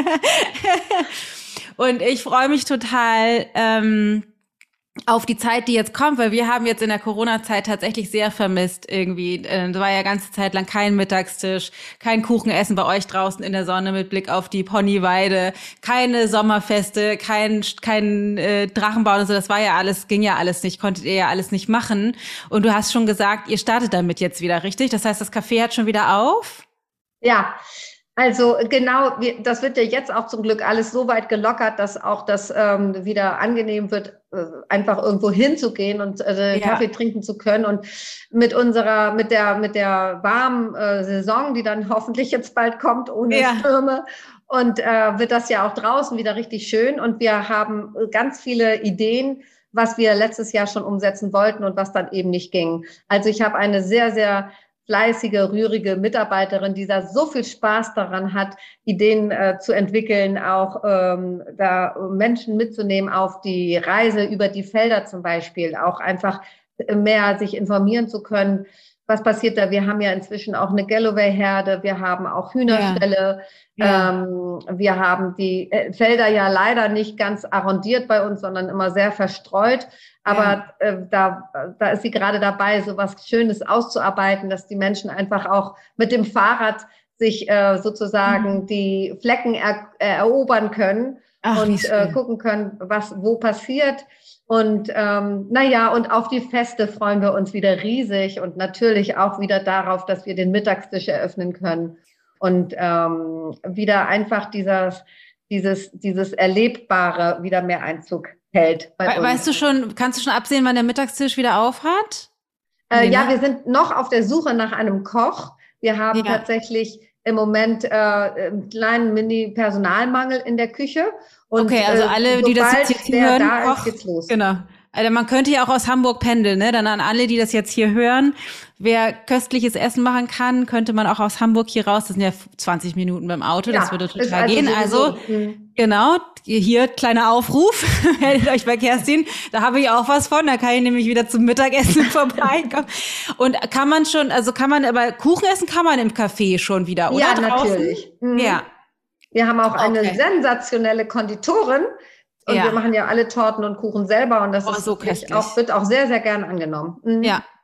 Und ich freue mich total ähm, auf die Zeit, die jetzt kommt, weil wir haben jetzt in der Corona-Zeit tatsächlich sehr vermisst irgendwie. Da war ja ganze Zeit lang kein Mittagstisch, kein Kuchenessen bei euch draußen in der Sonne mit Blick auf die Ponyweide, keine Sommerfeste, kein kein äh, Drachenbauen und so. Das war ja alles, ging ja alles nicht, konntet ihr ja alles nicht machen. Und du hast schon gesagt, ihr startet damit jetzt wieder, richtig? Das heißt, das Café hat schon wieder auf? Ja. Also genau, das wird ja jetzt auch zum Glück alles so weit gelockert, dass auch das ähm, wieder angenehm wird, äh, einfach irgendwo hinzugehen und äh, ja. Kaffee trinken zu können. Und mit unserer, mit der, mit der warmen äh, Saison, die dann hoffentlich jetzt bald kommt, ohne ja. Stürme, und äh, wird das ja auch draußen wieder richtig schön. Und wir haben ganz viele Ideen, was wir letztes Jahr schon umsetzen wollten und was dann eben nicht ging. Also ich habe eine sehr, sehr fleißige, rührige Mitarbeiterin, die da so viel Spaß daran hat, Ideen äh, zu entwickeln, auch ähm, da Menschen mitzunehmen auf die Reise über die Felder zum Beispiel, auch einfach mehr sich informieren zu können. Was passiert da? Wir haben ja inzwischen auch eine Galloway-Herde, wir haben auch Hühnerställe, ja. Ja. Ähm, wir haben die Felder ja leider nicht ganz arrondiert bei uns, sondern immer sehr verstreut. Aber ja. äh, da, da ist sie gerade dabei, so was Schönes auszuarbeiten, dass die Menschen einfach auch mit dem Fahrrad sich äh, sozusagen mhm. die Flecken er, erobern können. Ach, und äh, gucken können, was wo passiert. Und ähm, naja, und auf die Feste freuen wir uns wieder riesig und natürlich auch wieder darauf, dass wir den Mittagstisch eröffnen können und ähm, wieder einfach dieses, dieses, dieses Erlebbare wieder mehr Einzug hält. Bei We- weißt du schon, kannst du schon absehen, wann der Mittagstisch wieder auf hat? Äh, nee, ja, ne? Wir sind noch auf der Suche nach einem Koch. Wir haben ja. tatsächlich im Moment äh, einen kleinen Mini-Personalmangel in der Küche. Und, okay, also alle, äh, die das jetzt hier hören, da ist, geht's los. Genau. Also man könnte ja auch aus Hamburg pendeln, ne? Dann an alle, die das jetzt hier hören, wer köstliches Essen machen kann, könnte man auch aus Hamburg hier raus. Das sind ja zwanzig Minuten beim Auto, ja, das würde total also gehen. Also mhm. genau, hier kleiner Aufruf, meldet euch bei Kerstin. Da habe ich auch was von. Da kann ich nämlich wieder zum Mittagessen vorbeikommen. Und kann man schon, also kann man, aber Kuchen essen kann man im Café schon wieder, oder? Ja, draußen? Natürlich. Mhm. Ja. Wir haben auch eine okay. sensationelle Konditorin. Und ja. wir machen ja alle Torten und Kuchen selber und das oh, ist so auch, wird auch sehr, sehr gern angenommen. Mhm. Ja,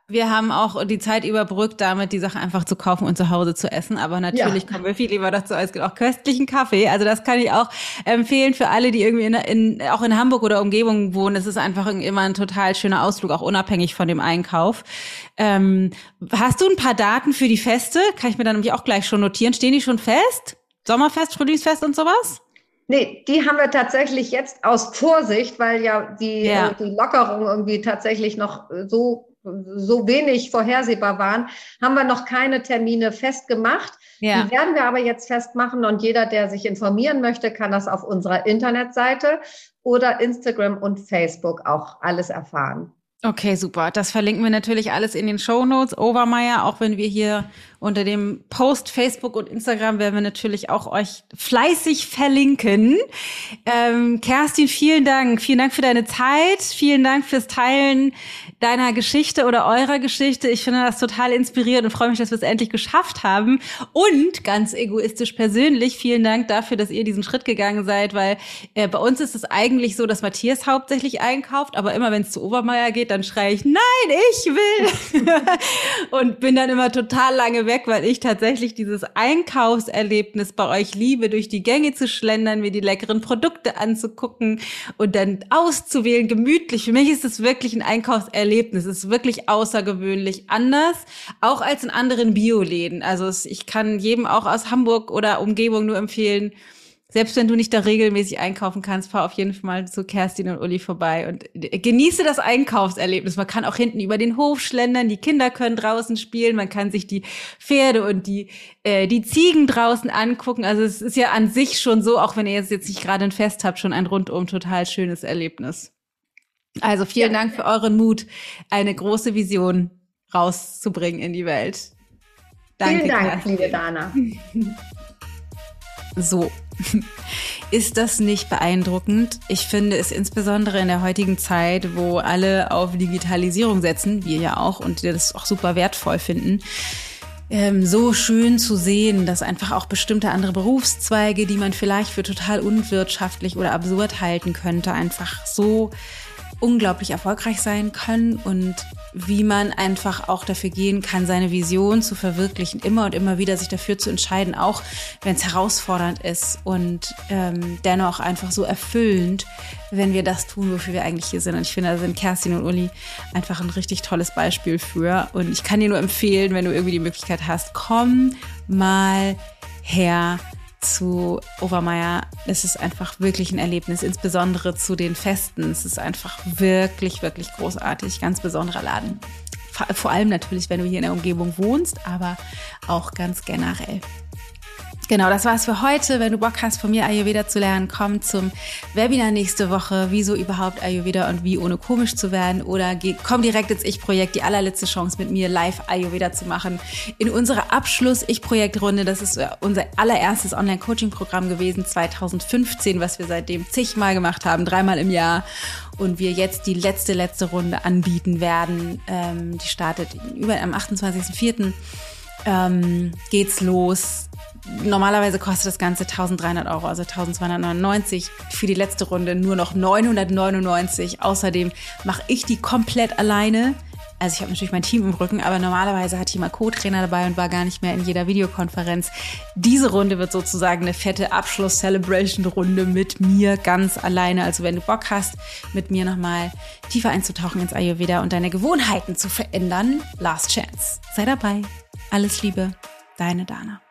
wir haben auch die Zeit überbrückt, damit die Sachen einfach zu kaufen und zu Hause zu essen. Aber natürlich ja. kommen wir viel lieber dazu, als auch köstlichen Kaffee. Also das kann ich auch empfehlen für alle, die irgendwie in, in, auch in Hamburg oder Umgebung wohnen. Es ist einfach immer ein total schöner Ausflug, auch unabhängig von dem Einkauf. Ähm, hast du ein paar Daten für die Feste? Kann ich mir dann nämlich auch gleich schon notieren. Stehen die schon fest? Sommerfest, Frühlingsfest und sowas? Nee, die haben wir tatsächlich jetzt aus Vorsicht, weil ja die, ja. Äh, die Lockerungen irgendwie tatsächlich noch so so wenig vorhersehbar waren, haben wir noch keine Termine festgemacht. Ja. Die werden wir aber jetzt festmachen und jeder, der sich informieren möchte, kann das auf unserer Internetseite oder Instagram und Facebook auch alles erfahren. Okay, super. Das verlinken wir natürlich alles in den Shownotes. Overmaier, auch wenn wir hier unter dem Post Facebook und Instagram werden wir natürlich auch euch fleißig verlinken. Ähm, Kerstin, vielen Dank. Vielen Dank für deine Zeit. Vielen Dank fürs Teilen deiner Geschichte oder eurer Geschichte. Ich finde das total inspirierend und freue mich, dass wir es endlich geschafft haben. Und ganz egoistisch persönlich, vielen Dank dafür, dass ihr diesen Schritt gegangen seid, weil äh, bei uns ist es eigentlich so, dass Matthias hauptsächlich einkauft, aber immer wenn es zu Overmaier geht, dann schreie ich, nein, ich will. Und bin dann immer total lange weg, weil ich tatsächlich dieses Einkaufserlebnis bei euch liebe, durch die Gänge zu schlendern, mir die leckeren Produkte anzugucken und dann auszuwählen, gemütlich. Für mich ist es wirklich ein Einkaufserlebnis. Es ist wirklich außergewöhnlich anders, auch als in anderen Bioläden. Also es, ich kann jedem auch aus Hamburg oder Umgebung nur empfehlen, selbst wenn du nicht da regelmäßig einkaufen kannst, fahr auf jeden Fall mal zu Kerstin und Uli vorbei und genieße das Einkaufserlebnis. Man kann auch hinten über den Hof schlendern, die Kinder können draußen spielen, man kann sich die Pferde und die äh, die Ziegen draußen angucken. Also es ist ja an sich schon so, auch wenn ihr jetzt, jetzt nicht gerade ein Fest habt, schon ein rundum total schönes Erlebnis. Also vielen ja. Dank für euren Mut, eine große Vision rauszubringen in die Welt. Danke, vielen Dank, Kerstin. liebe Dana. So, ist das nicht beeindruckend? Ich finde es insbesondere in der heutigen Zeit, wo alle auf Digitalisierung setzen, wir ja auch, und das auch super wertvoll finden, ähm, so schön zu sehen, dass einfach auch bestimmte andere Berufszweige, die man vielleicht für total unwirtschaftlich oder absurd halten könnte, einfach so unglaublich erfolgreich sein können und wie man einfach auch dafür gehen kann, seine Vision zu verwirklichen, immer und immer wieder sich dafür zu entscheiden, auch wenn es herausfordernd ist und ähm, dennoch einfach so erfüllend, wenn wir das tun, wofür wir eigentlich hier sind. Und ich finde, da sind Kerstin und Uli einfach ein richtig tolles Beispiel für. Und ich kann dir nur empfehlen, wenn du irgendwie die Möglichkeit hast, komm mal her zu Overmaier. Es ist einfach wirklich ein Erlebnis, insbesondere zu den Festen. Es ist einfach wirklich, wirklich großartig, ganz besonderer Laden. Vor allem natürlich, wenn du hier in der Umgebung wohnst, aber auch ganz generell. Genau, das war's für heute. Wenn du Bock hast, von mir Ayurveda zu lernen, komm zum Webinar nächste Woche, wieso überhaupt Ayurveda und wie ohne komisch zu werden, oder geh, komm direkt ins Ich-Projekt, die allerletzte Chance mit mir live Ayurveda zu machen. In unserer Abschluss-Ich-Projekt-Runde, das ist unser allererstes Online-Coaching-Programm gewesen, zwanzig fünfzehn, was wir seitdem zigmal gemacht haben, dreimal im Jahr. Und wir jetzt die letzte, letzte Runde anbieten werden. Ähm, die startet über am achtundzwanzigsten vierten Ähm, geht's los. Normalerweise kostet das Ganze eintausenddreihundert Euro, also eintausendzweihundertneunundneunzig. Für die letzte Runde nur noch neunhundertneunundneunzig. Außerdem mache ich die komplett alleine. Also ich habe natürlich mein Team im Rücken, aber normalerweise hatte ich immer Co-Trainer dabei und war gar nicht mehr in jeder Videokonferenz. Diese Runde wird sozusagen eine fette Abschluss-Celebration-Runde mit mir ganz alleine. Also wenn du Bock hast, mit mir nochmal tiefer einzutauchen ins Ayurveda und deine Gewohnheiten zu verändern, last chance. Sei dabei. Alles Liebe, deine Dana.